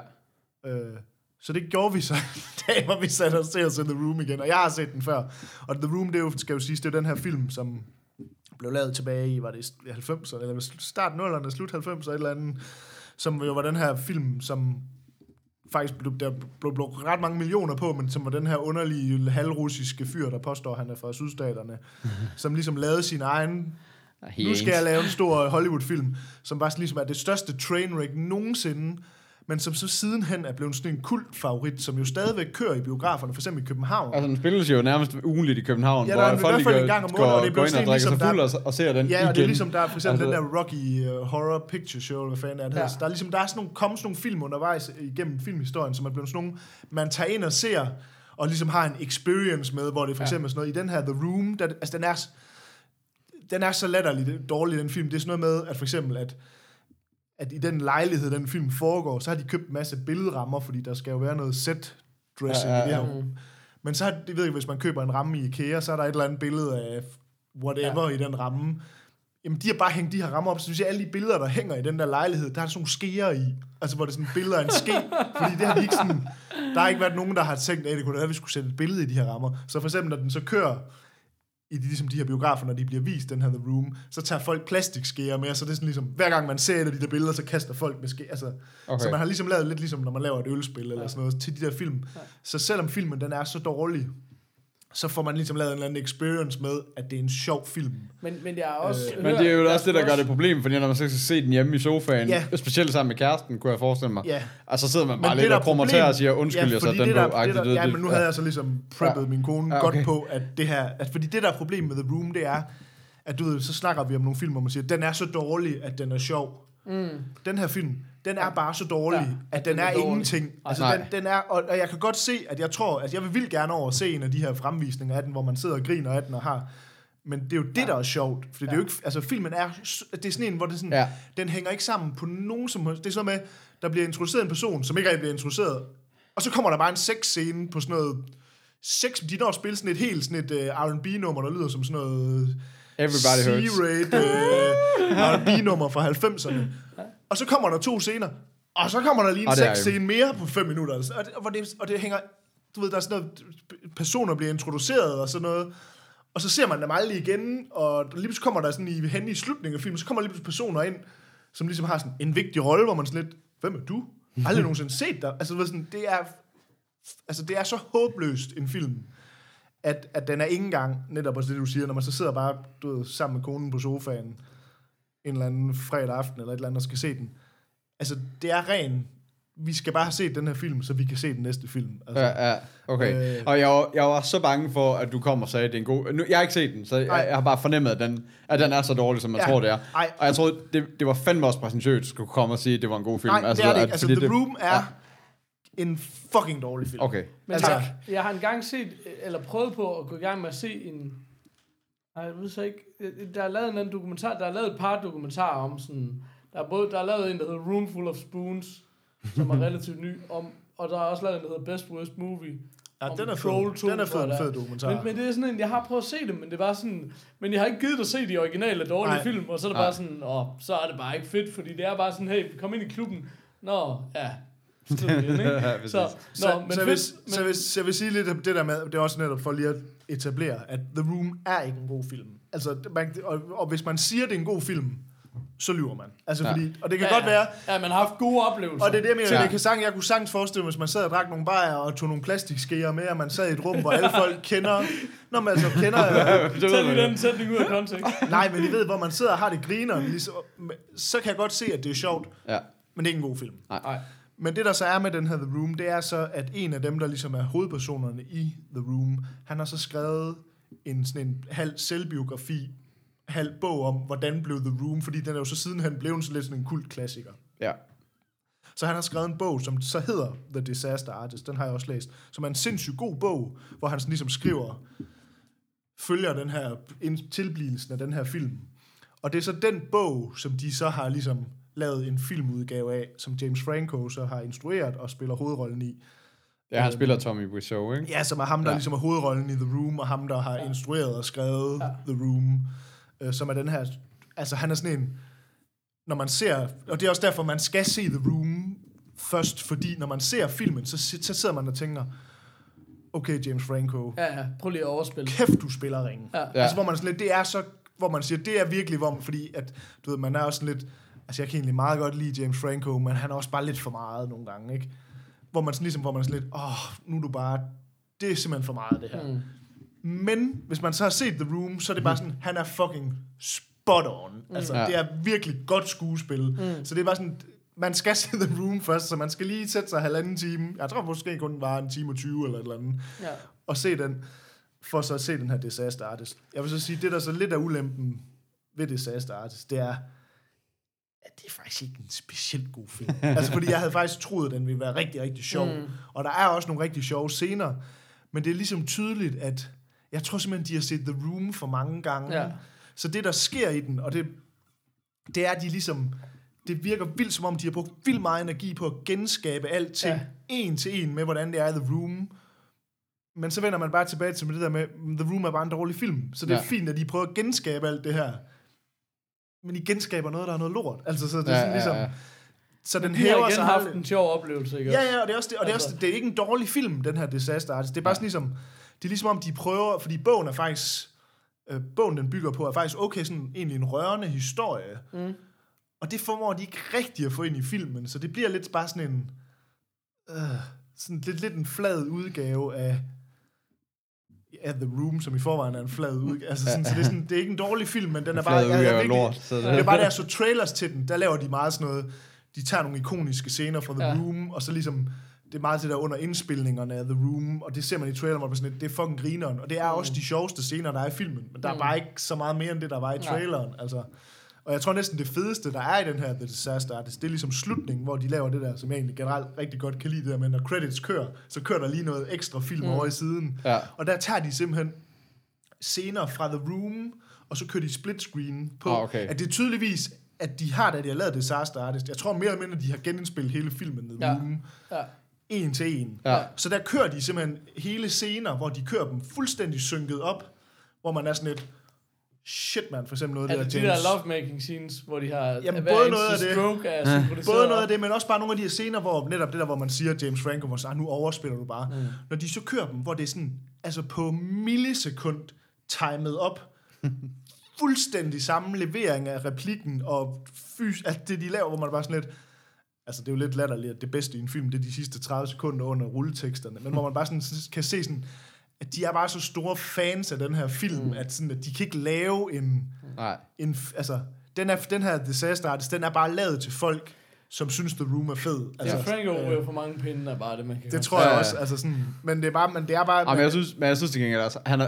Så det gjorde vi så dag, hvor vi satte os til at se The Room igen. Og jeg har set den før. Og The Room, det er jo, skal jo siges, det er den her film, som blev lavet tilbage i, var det 90'erne, eller start 0'erne, slut 90'erne, et eller andet, som jo var den her film, som faktisk der blev ret mange millioner på, men som var den her underlige halvrussiske fyr, der påstår, han er fra sydstaterne, som ligesom lavede sin egen, nu skal jeg lave en stor Hollywood-film, som bare ligesom er det største trainwreck nogensinde, men som så sidenhen er blevet sådan en kultfavorit, som jo stadigvæk kører i biograferne, for eksempel i København. Altså, den spilles jo nærmest ugenligt i København, ja, hvor folk i en gang om måneden, og det går ind og drikker sig fuld og ser den igen. Ja, og det er ligesom, der er for eksempel den der Rocky Horror Picture Show, hvad fanden er det her. Der er ligesom, der er sådan nogle film undervejs igennem filmhistorien, som er blevet sådan nogle, man tager ind og ser, og ligesom har en experience med, hvor det for eksempel sådan noget, i den her The Room, der, altså den er så latterligt dårlig, den film. Det er sådan noget med, at for eksempel, at i den lejlighed, den film foregår, så har de købt en masse billedrammer, fordi der skal jo være noget set-dressing i det her rum. Men så det ved jeg, hvis man køber en ramme i IKEA, så er der et eller andet billede af whatever i den ramme. Jamen, de har bare hængt de her rammer op, så hvis alle de billeder, der hænger i den der lejlighed, der er sådan nogle skeer i. Altså, hvor det er sådan billeder af en ske. Fordi det har de ikke sådan... Der har ikke været nogen, der har tænkt, at det kunne være, at vi skulle sætte et billede i de her rammer. Så for eksempel, når den så kører i ligesom de her biografer, når de bliver vist, den her The Room, så tager folk plastikskeer med, så det er sådan ligesom, hver gang man ser et af de der billeder, så kaster folk med ske. Altså, så man har ligesom lavet lidt ligesom, når man laver et ølspil eller sådan noget, til de der film. Så selvom filmen, den er så dårlig, så får man ligesom lavet en eller anden experience med, at det er en sjov film. Men det er også... men det er jo også det, der gør det problem, fordi når man så skal se den hjemme i sofaen, specielt sammen med kæresten, kunne jeg forestille mig, og så sidder man bare lidt og krummer til og siger, undskyld, jeg så den på. Ja, men nu havde jeg så ligesom preppet min kone godt på, at det her... Fordi det, der er problemet med The Room, det er, at du ved, så snakker vi om nogle film, hvor man siger, den er så dårlig, at den er sjov. Den her film, den er bare så dårlig, at den er ingenting. Altså, den er, og jeg kan godt se, at jeg tror, at jeg vil vildt gerne over at se en af de her fremvisninger af den, hvor man sidder og griner af den og har... Men det er jo det, der er sjovt. For det er jo ikke... Altså, filmen er... Det er sådan en, hvor det sådan... Den hænger ikke sammen på nogen som... Det er sådan med, der bliver introduceret en person, som ikke rigtig bliver introduceret. Og så kommer der bare en sexscene på sådan noget... De når at spille sådan et helt sådan et R&B-nummer, der lyder som sådan noget... Everybody Hurts. C-rate R&B-nummer fra 90'erne. Og så kommer der 2 scener, og så kommer der lige en sexscene mere på 5 minutter. Og det hænger... Du ved, der er sådan noget... Personer bliver introduceret og sådan noget. Og så ser man dem aldrig igen, og lige pludselig kommer der sådan hen i slutningen af filmen, så kommer lige pludselig personer ind, som ligesom har sådan en vigtig rolle, hvor man sådan lidt, hvem er du? Aldrig nogensinde set dig. Altså, sådan, det er så håbløst en film, at den er ikke engang, netop også det, du siger, når man så sidder bare sammen med konen på sofaen, en eller anden fredag aften, eller et eller andet, og skal se den. Altså, det er vi skal bare have set den her film, så vi kan se den næste film. Altså, ja, okay. Og jeg var så bange for, at du kom og sagde, at det er en god... Nu, jeg har ikke set den, så jeg har bare fornemmet, at den er så dårlig, som man tror, det er. Og jeg troede, det var fandme også præsentøst, at skulle komme og sige, at det var en god film. Nej, det er det ikke. Altså, The Room er en fucking dårlig film. Okay. Men jeg har engang set, eller prøvet på at gå i gang med at se en... Jeg ved så ikke... Der er lavet en anden dokumentar, der er lavet et par dokumentarer om sådan... Der er lavet en, der hedder Room Full of Spoons, som er relativt ny, og der er også lavet en, der hedder Best Worst Movie. Ja, den er fed dokumentar. Men det er sådan en, jeg har prøvet at se dem, men det var sådan, men jeg har ikke givet at se de originale dårlige film, og så er det bare sådan, så er det bare ikke fedt, fordi det er bare sådan, hey, kom ind i klubben. Nå, ja. Så jeg vil sige lidt det der med, det er også netop for lige at etablere, at The Room er ikke en god film. Altså, og hvis man siger, det er en god film, så lyver man. Altså, fordi, og det kan godt være... Ja, man har haft gode oplevelser. Og det er det, jeg mener. Jeg kunne sagtens forestille mig, hvis man sad og drak nogle bajer og tog nogle plastikskeer med, og man sad i et rum, hvor alle folk kender... Når man altså kender... Tag lige den sætning ud af kontekst. Nej, men I ved, hvor man sidder og har det griner, ligesom, så kan jeg godt se, at det er sjovt. Ja. Men det er ikke en god film. Nej. Men det, der så er med den her The Room, det er så, at en af dem, der ligesom er hovedpersonerne i The Room, han har så skrevet sådan en halv selvbiografi, halv bog om, hvordan blev The Room, fordi den er jo så sidenhen blevet så lidt sådan en kultklassiker. Ja. Så han har skrevet en bog, som så hedder The Disaster Artist, den har jeg også læst, som er en sindssygt god bog, hvor han sådan ligesom følger den her tilblivelsen af den her film. Og det er så den bog, som de så har ligesom lavet en filmudgave af, som James Franco så har instrueret og spiller hovedrollen i. Ja, han spiller Tommy Wiseau, ikke? Ja, som er ham, der ligesom er hovedrollen i The Room, og ham, der har instrueret og skrevet The Room, som er den her... Altså, han er sådan en... Når man ser... Og det er også derfor, man skal se The Room først, fordi når man ser filmen, så sidder man og tænker, okay, James Franco... Ja, prøv lige at overspille. Kæft, du spiller ringen. Ja. Altså, hvor man sådan lidt... Det er så... Hvor man siger, det er virkelig... Fordi at, du ved, man er også lidt... Altså, jeg kan egentlig meget godt lide James Franco, men han er også bare lidt for meget nogle gange, ikke? Hvor man sådan ligesom... Hvor man sådan lidt... nu er du bare... Det er simpelthen for meget, det her. Men hvis man så har set The Room, så er det bare sådan, han er fucking spot on. Altså, det er virkelig godt skuespil. Så det er bare sådan, man skal se The Room først, så man skal lige sætte sig 1,5 time. Jeg tror måske kun var 1 time og 20 eller et eller andet. Ja. Og se den, for så at se den her Disaster Artist. Jeg vil så sige, det der så lidt af ulempen ved Disaster Artist, det er, at det er faktisk ikke en specielt god film. Altså, fordi jeg havde faktisk troet, at den ville være rigtig, rigtig sjov. Og der er også nogle rigtig sjove scener. Men det er ligesom tydeligt, at jeg tror simpelthen, de har set The Room for mange gange. Ja. Så det, der sker i den, og det er, at de ligesom... Det virker vildt, som om de har brugt vildt meget energi på at genskabe alting en til en med, hvordan det er i The Room. Men så vender man bare tilbage til det der med, The Room er bare en dårlig film. Så det er fint, at de prøver at genskabe alt det her. men I genskaber noget, der er noget lort. Altså, så det er sådan ligesom... Så den hæver sig. De har igen haft en sjov oplevelse, ikke? Ja, og det er også det, og det er ikke en dårlig film, den her Disaster Artist. Det er bare sådan ligesom... Det er ligesom om, de prøver... Fordi bogen er faktisk... Bogen, den bygger på, er faktisk okay sådan egentlig en rørende historie. Og det formår de ikke rigtig at få ind i filmen, så det bliver lidt bare sådan en... sådan lidt en flad udgave af The Room, som i forvejen er en flad udgave. Altså sådan, så det er ikke en dårlig film, men den er bare... Det er bare, der så trailers til den, der laver de meget sådan noget... De tager nogle ikoniske scener fra The Room, og så ligesom... Det er meget det der under indspilningerne af The Room, og det ser man i traileren, hvor det er sådan, det er fucking grineren. Og det er også de sjoveste scener, der er i filmen, men der er bare ikke så meget mere end det, der var i traileren. Altså. Og jeg tror næsten det fedeste, der er i den her The Disaster Artist, det er ligesom slutningen, hvor de laver det der, som jeg egentlig generelt rigtig godt kan lide det der, men når credits kører, så kører der lige noget ekstra film over i siden. Ja. Og der tager de simpelthen scener fra The Room, og så kører de split screen på, at det er tydeligvis, at de har, da de har lavet Disaster Artist, jeg tror mere eller mindre, de har genindspillet hele filmen The Room. Ja. En til en. Ja. Så der kører de simpelthen hele scener, hvor de kører dem fuldstændig synket op, hvor man er sådan et shit, man, for eksempel noget af det der James. De der lovemaking scenes, hvor de har både noget af det, både noget af det, men også bare nogle af de her scener, hvor netop det der, hvor man siger James Franco, hvor så nu overspiller du bare. Når de så kører dem, hvor det er sådan, altså på millisekund timet op, fuldstændig samme levering af replikken og alt det, de laver, hvor man bare sådan lidt. Altså, det er jo lidt latterligt, at det bedste i en film, det er de sidste 30 sekunder under rulleteksterne. Men hvor man bare sådan kan se sådan, at de er bare så store fans af den her film, at, sådan, at de kan ikke lave en altså, den her Disaster Artist, den er bare lavet til folk, som synes, The Room er fed. Altså, Franco er for mange pinde, er bare det, man kan. Det tror jeg også. Altså sådan, men det er bare. Men jeg synes til gengæld,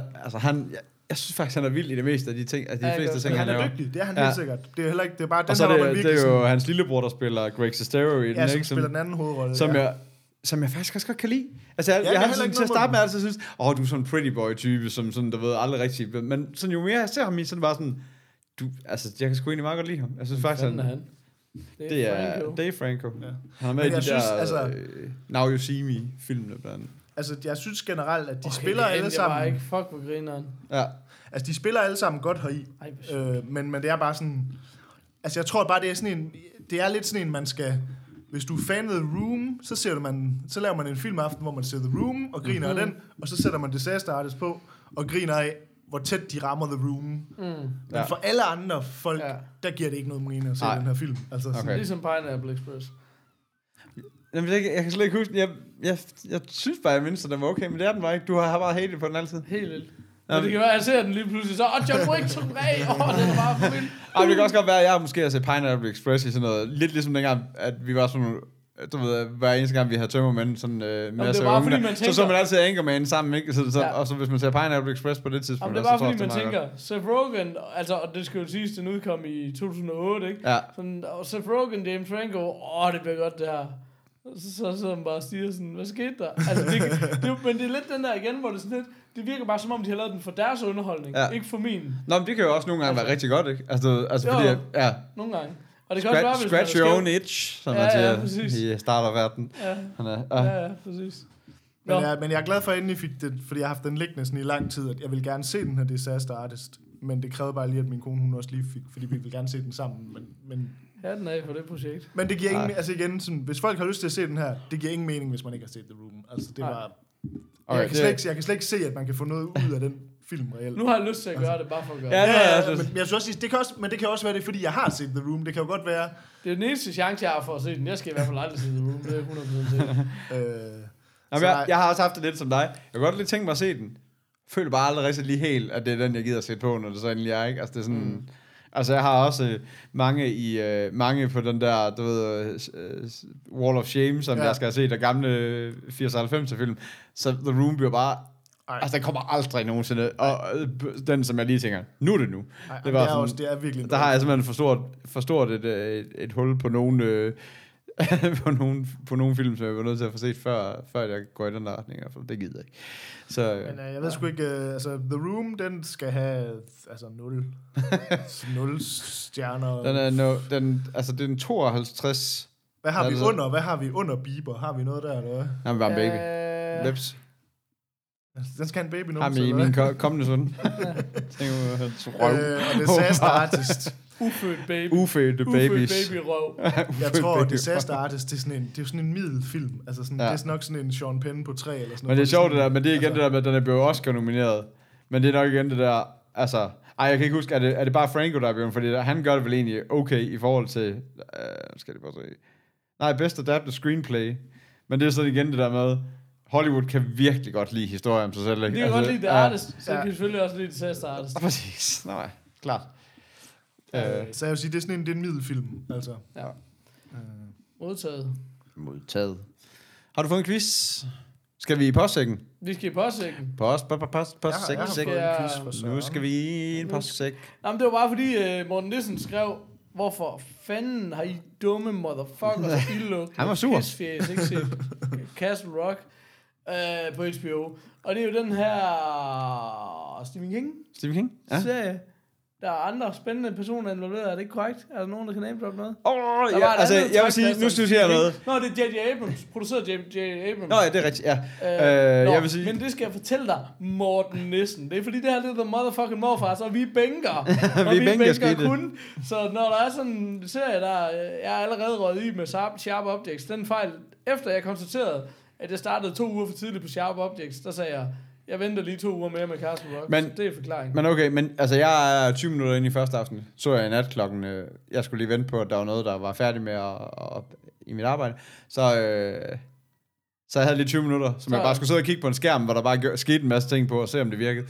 jeg synes faktisk, han er vild i det meste af de ting, de fleste ting, han laver. Han er dygtig, det er han helt sikkert. Det er heller ikke, det er bare den og så det er jo hans lillebror, der spiller Greg Sestero i den, ikke? Som spiller den anden hovedrolle. Som jeg faktisk også godt kan lide. Altså, jeg har sådan til at starte med altid synes, du er sådan en pretty boy-type, som sådan, der ved aldrig rigtig. Men sådan, jo mere jeg ser ham i, sådan bare sådan, jeg kan sgu egentlig meget godt lide ham. Jeg synes faktisk, han. Det er Franco. Ja. Han er med i de der Now You See Me-filmene blandt andet. Altså, jeg synes generelt, at de spiller alle sammen... Det var ikke fuck på grineren. Ja. Altså, de spiller alle sammen godt heri. Men det er bare sådan... Altså, jeg tror bare, det er sådan en... Det er lidt sådan en, man skal... Hvis du er fan af The Room, så laver man en filmaften, hvor man ser The Room og griner af den, og så sætter man Disaster Artist på og griner af, hvor tæt de rammer The Room. Men for alle andre folk, der giver det ikke noget mening at se den her film. Altså, sådan. Ligesom Pineapple Express. Jamen, jeg kan slet ikke huske. Jeg synes bare, jeg mindst, at den var okay, men det er den bare ikke. Du har bare hatet på den altid. Helt vildt. Men det kan være, at jeg ser den lige pludselig så, John Wick 3, det er bare for vildt. Det kan også godt være, at jeg måske har set Pineapple Express i sådan noget, lidt ligesom dengang, at vi var sådan, du ved, hver eneste gang, vi havde Tømmermænd, sådan med så unge, så man altid Anchorman sammen, ikke? Og så hvis man ser Pineapple Express på det tidspunkt, det er bare fordi, man tænker, Seth Rogen, altså, og det skal jo siges, den udkom i 2008, ikke? Ja. Sådan, og Seth Rogen, James Franco, det bliver godt det her. Så sidder man bare og siger sådan, hvad skete der? Altså, men det er lidt den der igen, hvor det sådan lidt, det virker bare som om, de har lavet den for deres underholdning, ikke for min. Nå, men det kan jo også nogle gange være rigtig godt, ikke? Altså fordi, nogle gange. Og det kan også være, hvis scratch your own itch, som man siger i starterverden. Ja, præcis. Men jeg er glad for, at jeg endelig fik det, fordi jeg har haft den liggende sådan i lang tid, at jeg vil gerne se den her Disaster Artist, men det krævede bare lige, at min kone hun også lige fik, fordi vi vil gerne se den sammen, men ja, den er for det projekt. Men det giver ingen, altså igen, sådan, hvis folk har lyst til at se den her, det giver ingen mening, hvis man ikke har set The Room. Altså det var... Jeg kan slet ikke se, at man kan få noget ud af den film reelt. Nu har jeg lyst til at gøre det, bare for at gøre det. Ja, men jeg synes også, det kan også være det, fordi jeg har set The Room. Det kan jo godt være... Det er den eneste chance, jeg har for at se den. Jeg skal i hvert fald aldrig se The Room. Det er 100% sikkert. Jeg har også haft det lidt som dig. Jeg kan godt lige tænke mig at se den. Jeg føler bare aldrig rigtig lige helt, at det er den, jeg gider at se på, når det så endelig er, ikke? Altså det er sådan... Altså, jeg har også mange på den der, du ved, Wall of Shame, som jeg skal have set, der gamle 80-90 film. Så The Room bliver bare... Altså, den kommer aldrig nogensinde. Og den, som jeg lige tænker, nu er det nu. Det er virkelig... Der har jeg simpelthen forstået et hul på nogle... på nogle film, som jeg var nødt til at få set, før jeg går i den der retning. Det gider jeg ikke. Så, men jeg ved sgu ikke... altså, The Room, den skal have 0 stjerner. Det er en 52. Hvad har vi under Bieber? Har vi noget der, eller hvad? Jamen, bare en baby. Lips. Den skal have en baby nu. Har min kommende søn. Og Disaster Artist. Ufødte babies. babyrøv. Jeg tror, Disaster Artist, det er jo sådan en middelfilm. Altså sådan, det er nok sådan en Sean Penn på 3 eller sådan noget. Men det er sjovt det der, men det er igen det der med, at den er blevet Oscar-nomineret. Men det er nok igen det der, altså... jeg kan ikke huske, er det bare Franco, der er blevet, fordi han gør det vel egentlig okay i forhold til... skal det bare se... Nej, Best Adapted Screenplay. Men det er sådan igen det der med... Hollywood kan virkelig godt lide historien om sig selv. Det kan godt lide The Artist, så kan selvfølgelig også lide Disaster Artist. Præcis. Nej, klart. Så jeg vil sige, det er sådan en middelfilm, altså. Ja. Modtaget. Har du fået en quiz? Skal vi i postsækken? Vi skal i postsækken. Postsækken. Nu skal vi i en postsæk. Jamen, det var bare fordi Morten Nissen skrev, hvorfor fanden har I dumme motherfuckers ildelugte? Han var sur. Pisfjæs, ikke set Castle Rock på HBO. Og det er jo den her Stephen King serie. Der er andre spændende personer involveret. Er det ikke korrekt? Er der nogen, der kan name-drop noget? Jeg vil sige, nu skal du sige noget. Nå, det er J.J. Abrams. Produceret J.J. Abrams. Nå, ja, det er rigtigt, ja. Jeg vil sige... Men det skal jeg fortælle dig, Morten Nissen. Det er fordi, det her det er the motherfucking morfars, og vi bænker. Vi bænker kun. Så når der er sådan en serie, der jeg er allerede røget i med Sharp Objects, den fejl, efter jeg konstaterede, at jeg startede 2 uger for tidligt på Sharp Objects, der sagde jeg venter lige 2 uger mere med Castle Rock, så det er forklaringen. Men okay, men altså jeg er 20 minutter inde i første aften, så jeg i nat klokken, jeg skulle lige vente på, at der var noget, der var færdig med i mit arbejde, så jeg havde lige 20 minutter, som jeg bare skulle sidde og kigge på en skærm, hvor der bare skete en masse ting på, og se om det virkede.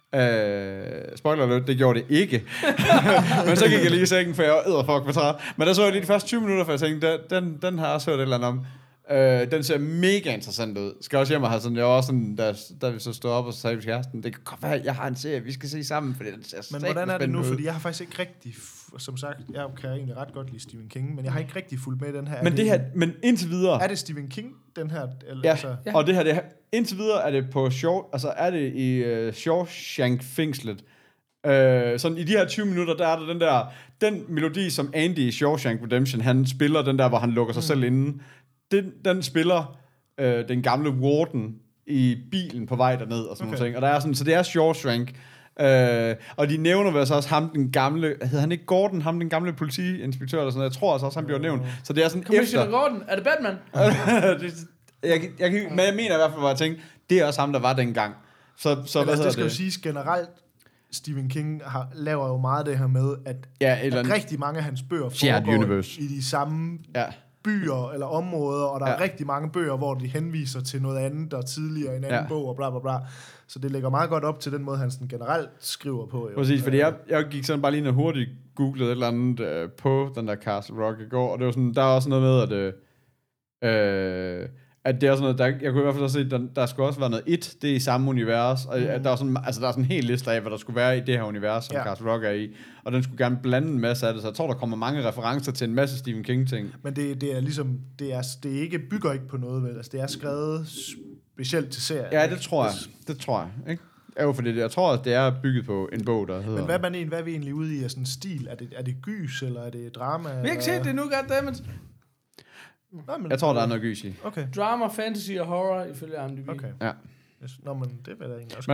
Spoiler alert, det gjorde det ikke. Men så gik jeg lige i sengen, for jeg var edderfuck for træt. Men der så jeg lige de første 20 minutter, for jeg tænkte, den har jeg også hørt et eller andet om. Den ser mega interessant ud. Skal også hjem og have sådan, jeg var også sådan, da vi så stod op og så sagde vi til kæresten, det kan godt være, jeg har en serie, vi skal se sammen, fordi den ser men hvordan er det nu, fordi jeg har faktisk ikke rigtig, som sagt, jeg kan egentlig ret godt lide Stephen King, men jeg har ikke rigtig fulgt med den her. Men indtil videre... Er det Stephen King, den her? Eller, ja, altså? Og det her, indtil videre er det på er det i Shawshank-fængslet. Sådan i de her 20 minutter, der er der den melodi, som Andy i Shawshank Redemption, han spiller, den der, hvor han lukker sig selv inde. Den spiller den gamle warden i bilen på vej derned og sådan nogle ting. Og der er sådan, så det er Shawshank. Og de nævner vel så også ham, den gamle, hedder han ikke Gordon, ham den gamle politiinspektør eller sådan noget. Jeg tror altså også, han bliver nævnt. Så det er sådan Commissioner Gordon, er det Batman? Men jeg mener i hvert fald, hvor jeg tænkte, det er også ham, der var dengang. Så hvad hedder det? Skal jo siges generelt, Stephen King laver jo meget det her med, at rigtig mange af hans bøger foregår i de samme byer eller områder, og der er rigtig mange bøger, hvor de henviser til noget andet, der er tidligere en anden bog, og bla bla bla. Så det lægger meget godt op til den måde, han sådan generelt skriver på. Jo. Præcis, fordi jeg gik sådan bare lige noget hurtigt, googlede et eller andet på den der Castle Rock i går, og det var sådan, der er også noget med, at det er sådan noget, jeg kunne i hvert fald også se, der skulle også være noget det er i samme univers, og at der er sådan, altså der er sådan en hel liste af, hvad der skulle være i det her univers, som Castle Rock er i, og den skulle gerne blande en masse af det, så jeg tror, der kommer mange referencer til en masse Stephen King-ting. Men det er ligesom, det er bygger ikke på noget, vel? Altså, det er skrevet specielt til serien. Ja, det tror jeg, ikke? Jo, fordi jeg tror, at det er bygget på en bog, der hedder... Men hvad er vi egentlig ude i af sådan en stil? Er det gys, eller er det drama? Vi har ikke set det nu, goddammit. Jeg tror, der er noget gys i. Okay. Drama, fantasy og horror, ifølge IMDb. Okay. Ja. Nå, men det vil jeg egentlig også. Men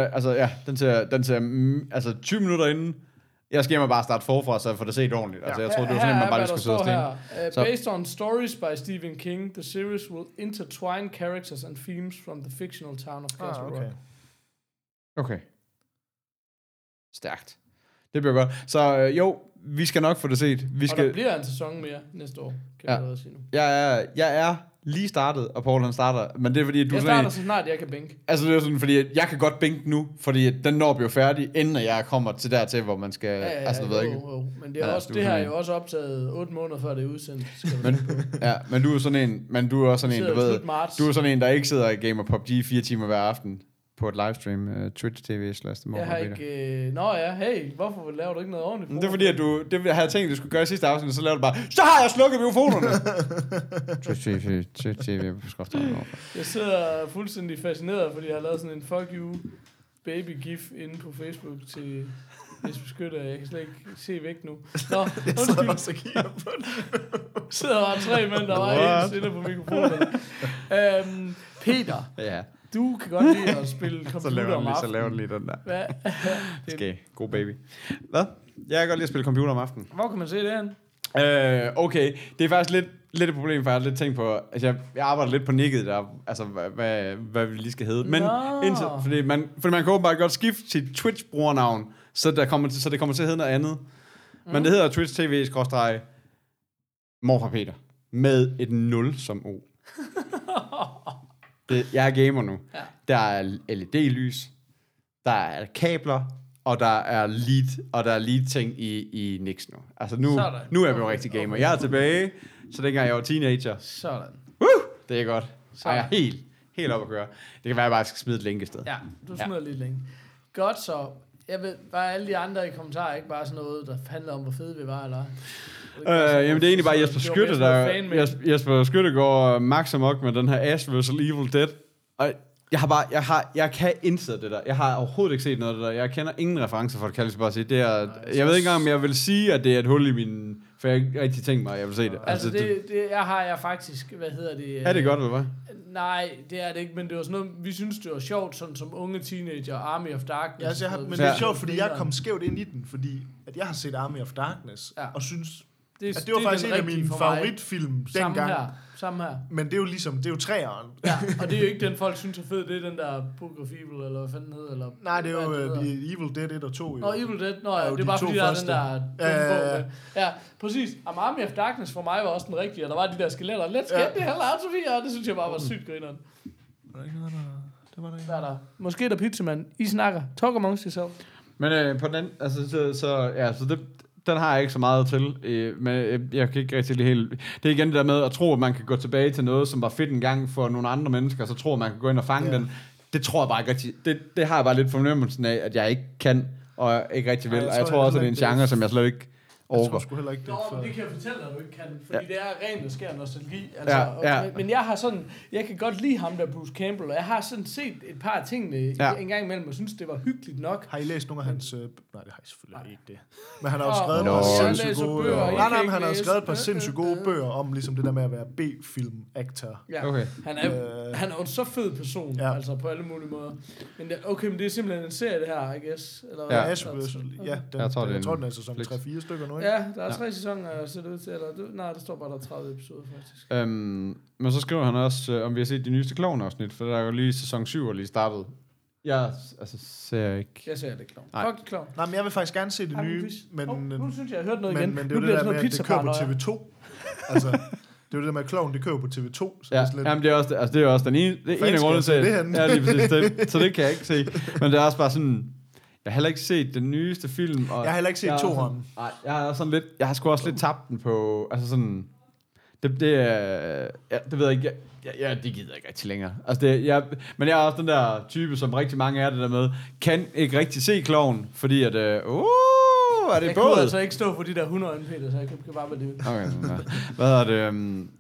den ser 20 minutter inden. Jeg skal hjem bare starte forfra, så jeg får det set ordentligt. Altså, jeg tror, det var sådan, man bare lige skulle sidde og stene. Based on stories by Stephen King, the series will intertwine characters and themes from the fictional town of Castle Rock. Okay. Stærkt. Det bliver godt. Så jo, vi skal nok få det set. Der bliver en sæson mere næste år, kan vi sige nu. Jeg er lige startet, og Paul han starter, men det er fordi, at du... Jeg starter så snart, jeg kan bænke. Altså, det er sådan, fordi jeg kan godt bænke nu, fordi den når bliver færdig, inden jeg kommer til dertil, hvor man skal... Men det er også, det her er jo også optaget 8 måneder før det er udsendt. Men du er sådan en, du er også sådan en, du ved... Du er sådan en, der ikke sidder i Game of PUBG 4 timer hver aften på et livestream, Twitch TV / Jeg har ikke... hey, hvorfor laver du ikke noget ordentligt? Det er fordi, at det havde jeg tænkt, du skulle gøre i sidste afsnit, så laver du bare, så har jeg slukket mikrofonerne! Twitch TV, jeg sidder fuldstændig fascineret, fordi jeg har lavet sådan en fuck you baby gif inde på Facebook til Jesper Skytter. Jeg kan slet ikke se væk nu. Nå, jeg sidder også og kigger på det. Sidder bare 3 mænd, der var en stille på mikrofonen. Peter. Ja. Du kan godt lide at spille computer om aftenen. Så laver du lige den der. Hvad? God baby. Hvad? Jeg kan godt lide at spille computer om aftenen. Hvor kan man se det hen? Okay, det er faktisk lidt et problem, for jeg har lidt tænkt på, altså jeg arbejder lidt på nikket der, altså hvad vi lige skal hedde. Men fordi man kan åbenbart godt skifte sit Twitch-brugernavn, så det kommer til at hedde noget andet. Men det hedder Twitch TV/Morfar Peter med et 0 som O. Jeg er gamer nu. Ja. Der er LED-lys, der er kabler, og der er lead ting i Nix nu. Altså nu er jeg jo rigtig gamer. Jeg er tilbage, så dengang jeg var teenager. Sådan. Det er godt. Så er jeg helt op at køre. Det kan være, at jeg bare skal smide et link i stedet. Ja, du smider lige et link. Godt så. Jeg ved, var alle de andre i kommentarer ikke bare sådan noget, der handler om, hvor fede vi var, eller? Jamen det er egentlig bare Jesper Skytte, Jesper Skytte går max amok med den her Ash vs. Evil Dead. Og jeg kan indsætte det der. Jeg har overhovedet ikke set noget af det der. Jeg kender ingen referencer for det, kan jeg bare sige. Det er, jeg ved ikke engang, om jeg vil sige, at det er et hul i min... For jeg har ikke rigtig tænkt mig, at jeg vil se det. Altså jeg faktisk, hvad hedder det? Er det godt, eller hvad? Nej, det er det ikke, men det var sådan noget, vi synes, det var sjovt, sådan som unge teenager, Army of Darkness. Ja, men det er sjovt, fordi jeg kom skævt ind i den, fordi at jeg har set Army of Darkness, og synes, at det var faktisk en af mine favoritfilm dengang. Samme her. Men det er jo ligesom, det er jo træeren. Ja, og det er jo ikke den, folk synes er fed, det er den der Book of Evil, eller hvad fanden hedder, eller... Nej, det er jo Evil Dead 1 og 2. Nå, Evil Dead, det er bare fordi, der er den der bog. Ja, præcis. Army of Darkness for mig var også den rigtige, og der var de der skeletter. Let's get the hell out of here, og det synes jeg bare var sygt grineren. Det var der ikke. Hvad er der? Måske er der pizzamand. I snakker. Talk amongst yourself. Men på den, altså, så det... Den har jeg ikke så meget til, men jeg kan ikke rigtig lide helt... Det er igen det der med at tro, at man kan gå tilbage til noget, som var fedt engang for nogle andre mennesker, så tror man kan gå ind og fange den. Det tror jeg bare ikke rigtig... Det har jeg bare lidt fornemmelsen af, at jeg ikke kan, og ikke rigtig vil. Og jeg tror også, at det er en genre, som jeg slet ikke overgår. Jeg tror sgu heller ikke det. Nå, det kan jeg fortælle dig, at du ikke kan, fordi det er rent og skær nostalgi. Altså, men jeg har sådan... Jeg kan godt lide ham der, Bruce Campbell, og jeg har sådan set et par af tingene en gang imellem, og synes, det var hyggeligt nok. Har I læst nogle af hans... Nej, det har I selvfølgelig ikke det. Men han har jo skrevet nogle sindssygt gode... Han har skrevet et par sindssygt gode bøger om ligesom det der med at være B-film-actor. Ja, okay. Han er jo en så fed person, altså på alle mulige måder. Men det er simpelthen en serie, det her, I guess. Eller jeg tror, den er sæson 3-4 stykker nu. Ja, der er 3 sæsoner, ser det ud til. Nej, der står bare, der er 30 episoder, faktisk. Men så skriver han også, om vi har set de nyeste Klovn-afsnit, for der er jo lige sæson 7 lige startet. Jeg ser ikke... Jeg ser det Klovn. Fuck Klovn. Nej, men jeg vil faktisk gerne se det nye, men... Nu synes jeg har hørt noget igen. Men det er jo det der med, at det kører på TV2. Altså... Det er jo det der med, at Klovn, det kører på TV2. Så jamen det er også, det er også den ene af grunden til, lige præcis det. Så det kan jeg ikke se. Men det er også bare sådan... Jeg har heller ikke set den nyeste film. Og jeg har heller ikke set toeren. Nej, jeg har sgu også lidt tabt den på... Altså sådan... Det ved jeg ikke. Det gider jeg ikke rigtig længere. Altså men jeg er også den der type, som rigtig mange er det der med, kan ikke rigtig se Klovn, fordi at... er det jeg kunne altså ikke stå for de der 100 Peter, så jeg kan bare med det. Okay, hvad er det?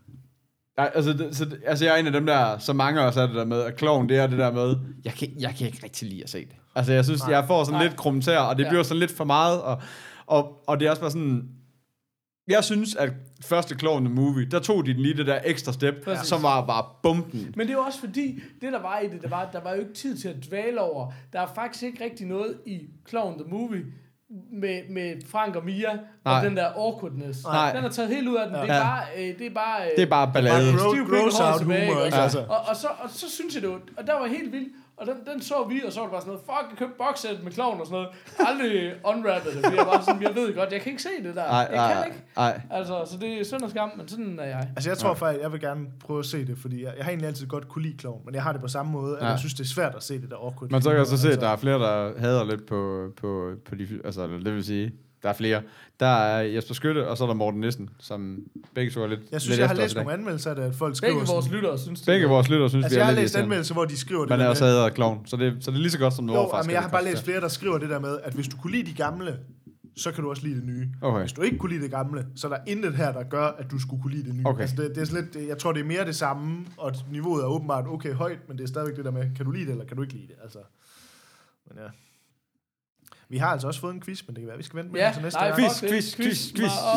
Altså jeg er en af dem der, så mange også er det der med, at Klovn, det er det der med, jeg kan ikke rigtig lide at se det. Altså jeg synes, jeg får sådan lidt kommentar, og det bliver sådan lidt for meget, og det er også bare sådan... Jeg synes, at første Klovn The Movie, der tog de lige det der ekstra step, som var bare bomben. Men det er jo også fordi, det der var i det, der var jo ikke tid til at dvæle over. Der er faktisk ikke rigtig noget i Klovn The Movie med Frank og Mia og den der awkwardness. Nej. Den er taget helt ud af den. Det er bare ballade. Gross out humor. Altså. Og så synes jeg det var, og der var helt vildt. Og den så vi, og så var det bare sådan noget, fuck, jeg købte boxset med Klovn og sådan noget. Aldrig unwrappet det, fordi jeg var sådan, jeg ved godt, jeg kan ikke se det der. Jeg kan ikke. Altså, så det er synd og skam, men sådan er jeg. Altså, jeg tror faktisk, jeg vil gerne prøve at se det, fordi jeg har egentlig altid godt kunne lide Klovn, men jeg har det på samme måde, at jeg synes, det er svært at se det der awkward. Man så kan også se, at der er flere, der hader lidt på de, altså, det vil sige, der er flere. Der er Jesper Skytte, og så er der Morten Nissen, som begge så er lidt... Jeg synes, jeg har læst nogle anmeldelser, at folk skriver... Begge vores lyttere synes det. Begge vores lyttere synes, altså, jeg har læst anmeldelser, hvor de skriver det. Man er også hader af Klovn, så det er lige så godt som det var. Men jeg har bare læst flere, der skriver det der med, at hvis du kunne lide de gamle, så kan du også lide det nye. Okay. Hvis du ikke kunne lide det gamle, så er der intet her, der gør, at du skulle kunne lide det nye. Okay. Altså, det er slet, jeg tror, det er mere det samme, og niveauet er åbenbart okay højt, men det er stadigvæk det der med, kan du lide det, eller kan du ikke lide det? Altså, men ja. Vi har altså også fået en quiz, men det kan være, vi skal vente med den til næste gang. Quiz.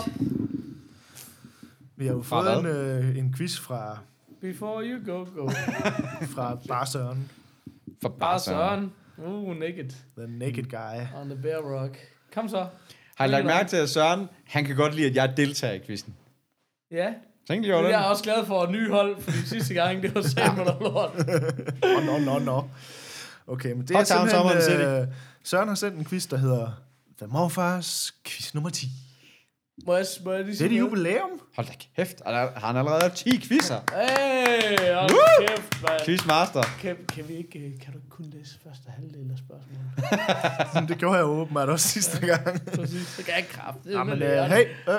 Vi har jo fået en quiz fra... Before you go. fra Bar Søren. Fra Bar Søren. Naked. The naked guy. On the bear rock. Kom så. Har I lagt mærke til, at Søren, han kan godt lide, at jeg deltager i quizzen? Ja. Tænk lige over Jeg er også glad for et ny hold, fordi sidste gang, det var sammen med lort. Nå. Okay, men det er simpelthen... Søren har sendt en quiz, der hedder The Morfars quiz nummer 10. Må jeg lige det er det jubilæum. Hold da kæft. Har han allerede 10 quizzer? Hey, hold kæft, mand. Quizmaster. Kan du ikke kun læse første halvdel af spørgsmålet? Det gjorde jeg åbenbart også sidste gang. Præcis, det kan jeg ikke kraft. Hey.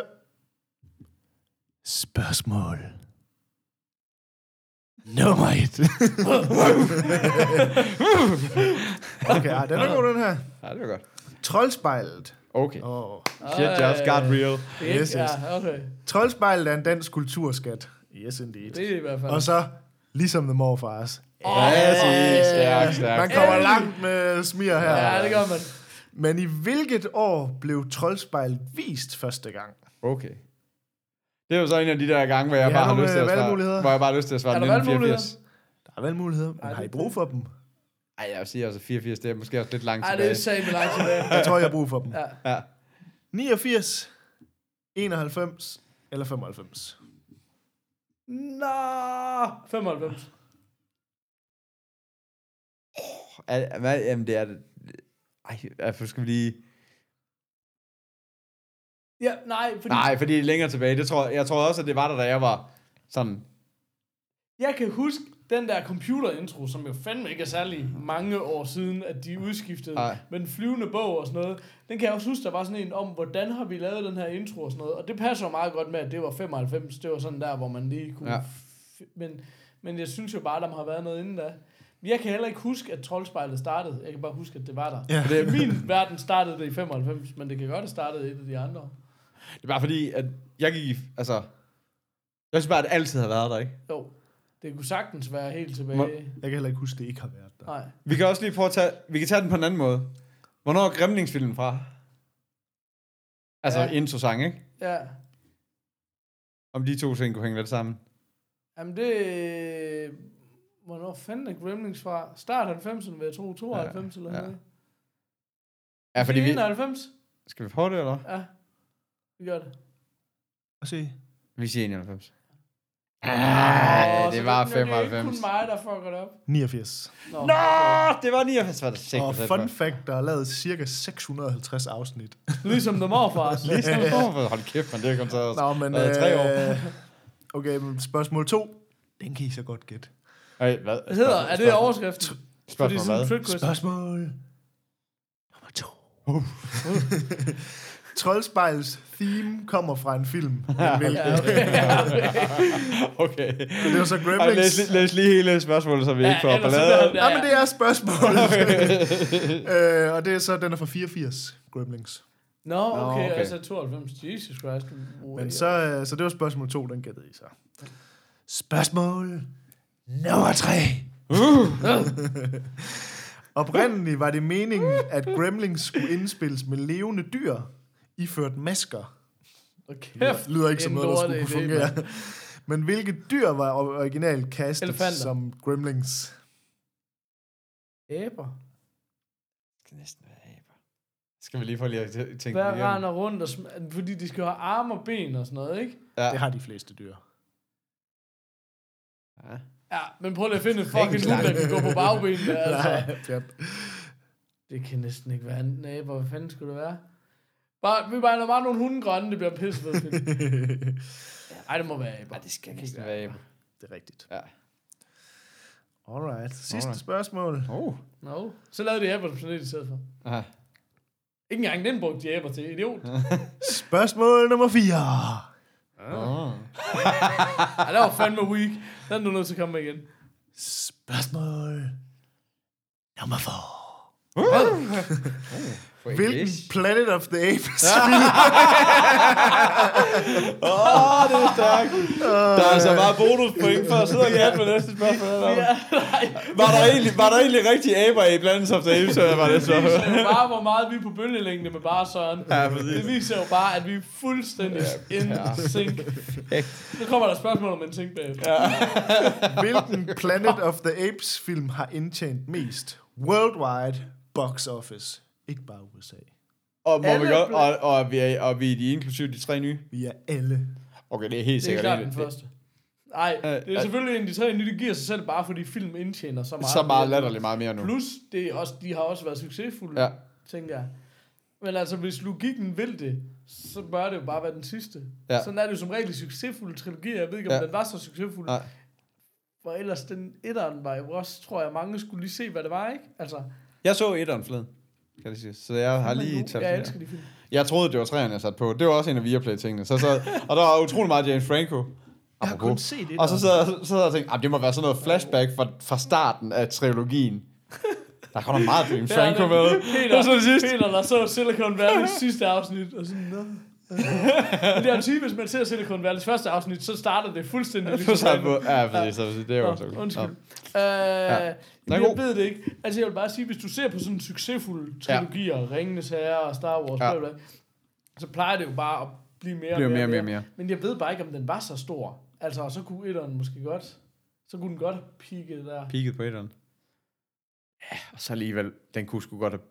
Spørgsmål nummer 1. Okay, den er god, den her. Ja, det er godt. Troldspejlet. Okay. Shit just got real. Yes. Ja, okay. Troldspejlet er en dansk kulturskat. Yes, indeed. Det er i hvert fald. Og så, ligesom The Morfars. Stærk. Man kommer langt med smier her. Ja, det gør man. Men i hvilket år blev Troldspejlet vist første gang? Okay. Det er jo så en af de der gange, hvor jeg bare har lyst til at svare. Hvor jeg bare har lyst til at svare 1984. Der er valgmuligheder, men har I brug for dem? Ej, jeg vil sige altså 84, det er måske også lidt langt tilbage. Ej, det er sagde med langt tilbage. Jeg tror, jeg har brug for dem. Ja. 89, 91 eller 95? Nå, 95. Jamen, det er det. Ej, skal vi lige... Ja, nej, fordi længere tilbage. Jeg tror også, at det var der, da jeg var sådan... Jeg kan huske den der computerintro, som jo fandme ikke er særlig mange år siden, at de udskiftede med en flyvende bog og sådan noget. Den kan jeg også huske, der var sådan en om, hvordan har vi lavet den her intro og sådan noget. Og det passer jo meget godt med, at det var 95. Det var sådan der, hvor man lige kunne... Ja. Men jeg synes jo bare, der må have været noget inden da. Jeg kan heller ikke huske, at Troldspejlet startede. Jeg kan bare huske, at det var der. Ja. Det, min verden startede det i 95, men det kan godt have startet et af de andre. Det er bare fordi, at jeg gik i... Altså... Jeg synes bare, at det altid har været der, ikke? Jo. Det kunne sagtens være helt tilbage. Jeg kan heller ikke huske, at det ikke har været der. Nej. Vi kan også lige prøve at tage... Vi kan tage den på en anden måde. Hvornår er Gremlingsfilmen fra? Altså intro-sang, ikke? Ja. Om de to ting kunne hænge lidt sammen. Jamen det... Hvornår fanden er Gremlings fra? Start 90'erne, vil jeg tro. 92 eller noget. Ja, fordi 91? Skal vi prøve det, eller? Ja. Vi gør det. Hvad siger I? Vi siger 91. Det var 95. Det er ikke kun mig, der fucker det op. 89. Nå, det var 89. Var det sikkert. Og fun fact, der er lavet cirka 650 afsnit. Ligesom The Morfars. Ligesom The Morfars. Hold kæft, man. Det har kun taget 3 år. Okay, men spørgsmål 2. Den kan I så godt gætte. Hvad hedder? Er det overskriften? Spørgsmål hvad? Spørgsmål nummer 2. Troldspejls theme kommer fra en film. Okay. Det var så Gremlings. Læs lige hele spørgsmålet, så vi ikke får ballade. Ja, men det er spørgsmålet. Og det er så, den er fra 84, Gremlings. Nå, okay. Altså 92. Jesus Christ. Men så det var spørgsmål 2, den gættede I så. Spørgsmål nummer 3. Oprindeligt var det meningen, at Gremlings skulle indspilles med levende dyr, iført masker. Okay. Lyder ikke som noget, der skulle kunne fungere. Men hvilke dyr var originalt castet som Gremlings? Æber. Det skal næsten være æber. Skal vi lige få lige at tænke hvad render rundt? Fordi de skal have arme og ben og sådan noget, ikke? Ja. Det har de fleste dyr. Ja, men prøv lige at finde en fucking hund, der kan gå på bagbenene. Altså. Det kan næsten ikke være en æber. Hvad fanden skulle det være? Vi bare nogle hundegrønne, det bliver pisse ved. Ej, det må være æber. Ja, det skal næsten være æber. Det er rigtigt. Ja. Alright. Sidste spørgsmål. No. Så lavede de æber på planet i stedet for. Aha. Ikke engang den brugte de æber til. Idiot. Spørgsmål nummer 4. Det var fandme weak. Den er du nødt til at komme med igen. Spørgsmål nummer 4. Hvilken Planet of the Apes film? Det er stærkt. Der er altså bare bonuspoint for at sidde og hjælpe med næste spørgsmål. Var der egentlig rigtig aber i Planet of the Apes? Det viser jo bare, hvor meget vi er på bølgelængde med bare Søren. Det viser jo bare, at vi er fuldstændig in sync. Nu kommer der spørgsmål om en sync bagefter. Hvilken Planet of the Apes film har indtjent mest? Worldwide box office. Ikke bare USA. Og må vi godt, og vi er de inklusive de 3 nye? Vi er alle. Okay, det er helt sikkert. Det er klart den første. Nej, det er selvfølgelig en af de 3 nye, de giver sig selv, bare fordi film indtjener så meget. Så meget latterligt meget mere nu. Plus, det er også, de har også været succesfulde, tænker jeg. Men altså, hvis logikken vil det, så bør det jo bare være den sidste. Ja. Sådan er det jo som regel succesfulde trilogier. Jeg ved ikke, om den var så succesfuld. Nej. For ellers, den etteren var jo også, tror jeg, mange skulle lige se, hvad det var, ikke? Altså, jeg så etteren forleden, kan det sige. Så jeg har lige taget. Jeg elsker de film. Jeg troede, det var 3'eren, jeg satte på. Det var også en af Viaplay-tingene. Og der var utrolig meget James Franco. Jeg har kun set det. Og så havde jeg tænkt, det må være sådan noget flashback fra starten af trilogien. Der kommer meget James Franco med. Peter, der så Silicon Valley sidste afsnit, og sådan noget. Men det er jo typisk, hvis man ser Silicon Valley's første afsnit, så starter det fuldstændig ligesom. Det er jo så godt. Undskyld. Jeg ved det ikke. Altså jeg vil bare sige, hvis du ser på sådan succesfulde trilogier, Ringenes Herre og Star Wars, så plejer det jo bare at blive mere. Men jeg ved bare ikke, om den var så stor. Altså, så kunne etteren måske godt. Så kunne den godt have peaket der. Peaket på etteren. Ja, og så alligevel, den kunne sgu godt have...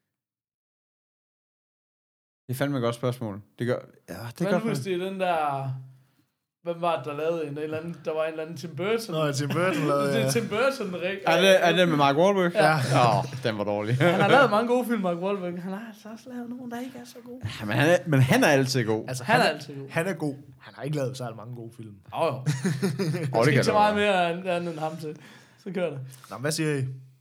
Det er fandme et godt spørgsmål. Det gør... Ja, det gør hvis det er den der... Hvem var det, der lavede en eller anden... Der var en eller anden Tim Burton. Nå, Tim Burton lavede... Det er Tim Burton, Rik. Er det den med Mark Wahlberg? Ja. Den var dårlig. Han har lavet mange gode film, Mark Wahlberg. Han har altså også lavet nogen, der ikke er så gode. Ja, men han er altid god. Altså, han er altid god. Han er god. Han har ikke lavet så mange gode film. Jo. Det ikke så meget mere end ham til. Så kører det. Nå, hvad siger I?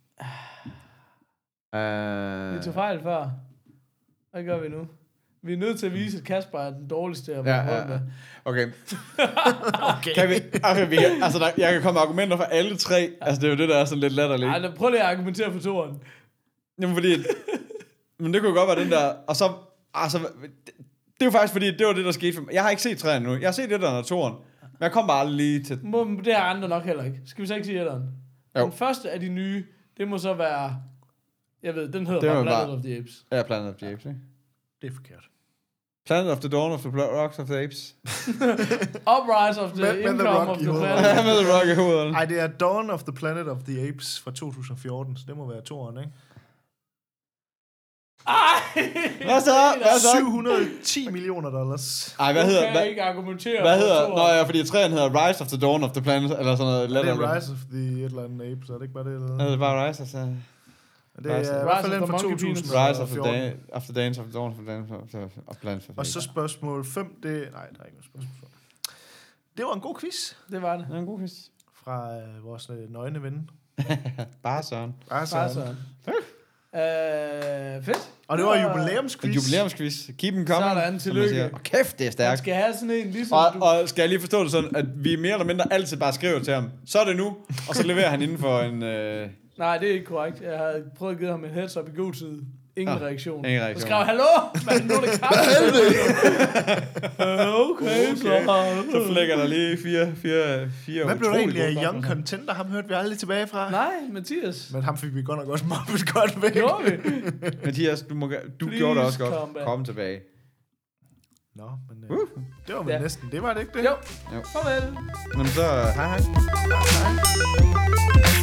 Vi tog fejl før. Hvad gør vi nu? Vi er nødt til at vise, at Kasper er den dårligste af Wahlberg. Okay. Kan vi, jeg kan komme med argumenter for alle 3. Altså, det er jo det, der er sådan lidt latterligt. Nej, prøv lige at argumentere for toeren. Jamen, fordi... men det kunne godt være den der... Og så... Altså, det er jo faktisk fordi, det var det, der skete for mig. Jeg har ikke set 3'eren nu. Jeg har set 1'eren og 2'eren. Men jeg kom bare aldrig lige til... Det har andre nok heller ikke. Skal vi så ikke sige 1'eren? Den første af de nye, det må så være... Jeg ved, den hedder bare Planet of the Apes. Ja, Planet of the Apes, ikke? Det er forkert. Planet of the Dawn of the Rocks of the Apes. Uprise of the Income of the Planet. Ja, med The Rock i hovedet. Ej, det er Dawn of the Planet of the Apes fra 2014, så det må være 2'eren, ikke? Hvad så? 710 millioner dollars. Ej, hvad hedder... Kan jeg ikke argumentere hvad hedder... Nå ja, fordi 3'eren hedder Rise of the Dawn of the Planet, eller sådan noget. Det er Rise of the et eller andet Apes, er det ikke bare det? Eller? Ja, det er bare Rise, altså... Det er i hvert fald den fra 2014. Rise of the Dance of the Dawn of Planet. Og så spørgsmål 5, det... Nej, der er ikke noget spørgsmål 5. Det var en god quiz. Det var det. Det var en god quiz. Fra vores nøgne ven. Bare Søren. Fedt. Og det var jubilæumsquiz. En jubilæumsquiz. Keep them coming. Sådan, tillykke. Og kæft, det er stærkt. Man skal have sådan en ligesom og skal jeg lige forstå det sådan, at vi mere eller mindre altid bare skriver til ham, så er det nu, og så leverer han inden for en... Nej, det er ikke korrekt. Jeg havde prøvet at give ham en heads up i god tid. Ingen reaktion. Ingen reaktion. Så skrev, hallo? Men nu er det kamp. Okay. Så flækker der lige fire hvad blev der egentlig af Young Contender? Ham hørte vi aldrig tilbage fra. Nej, Mathias. Men ham fik vi godt nok også mobbet godt væk. Gjorde vi? Mathias, du gjorde det også godt. Kom tilbage. Nå, men det var vel næsten. Det var det ikke det? Jo. Farvel. Jamen så, hej.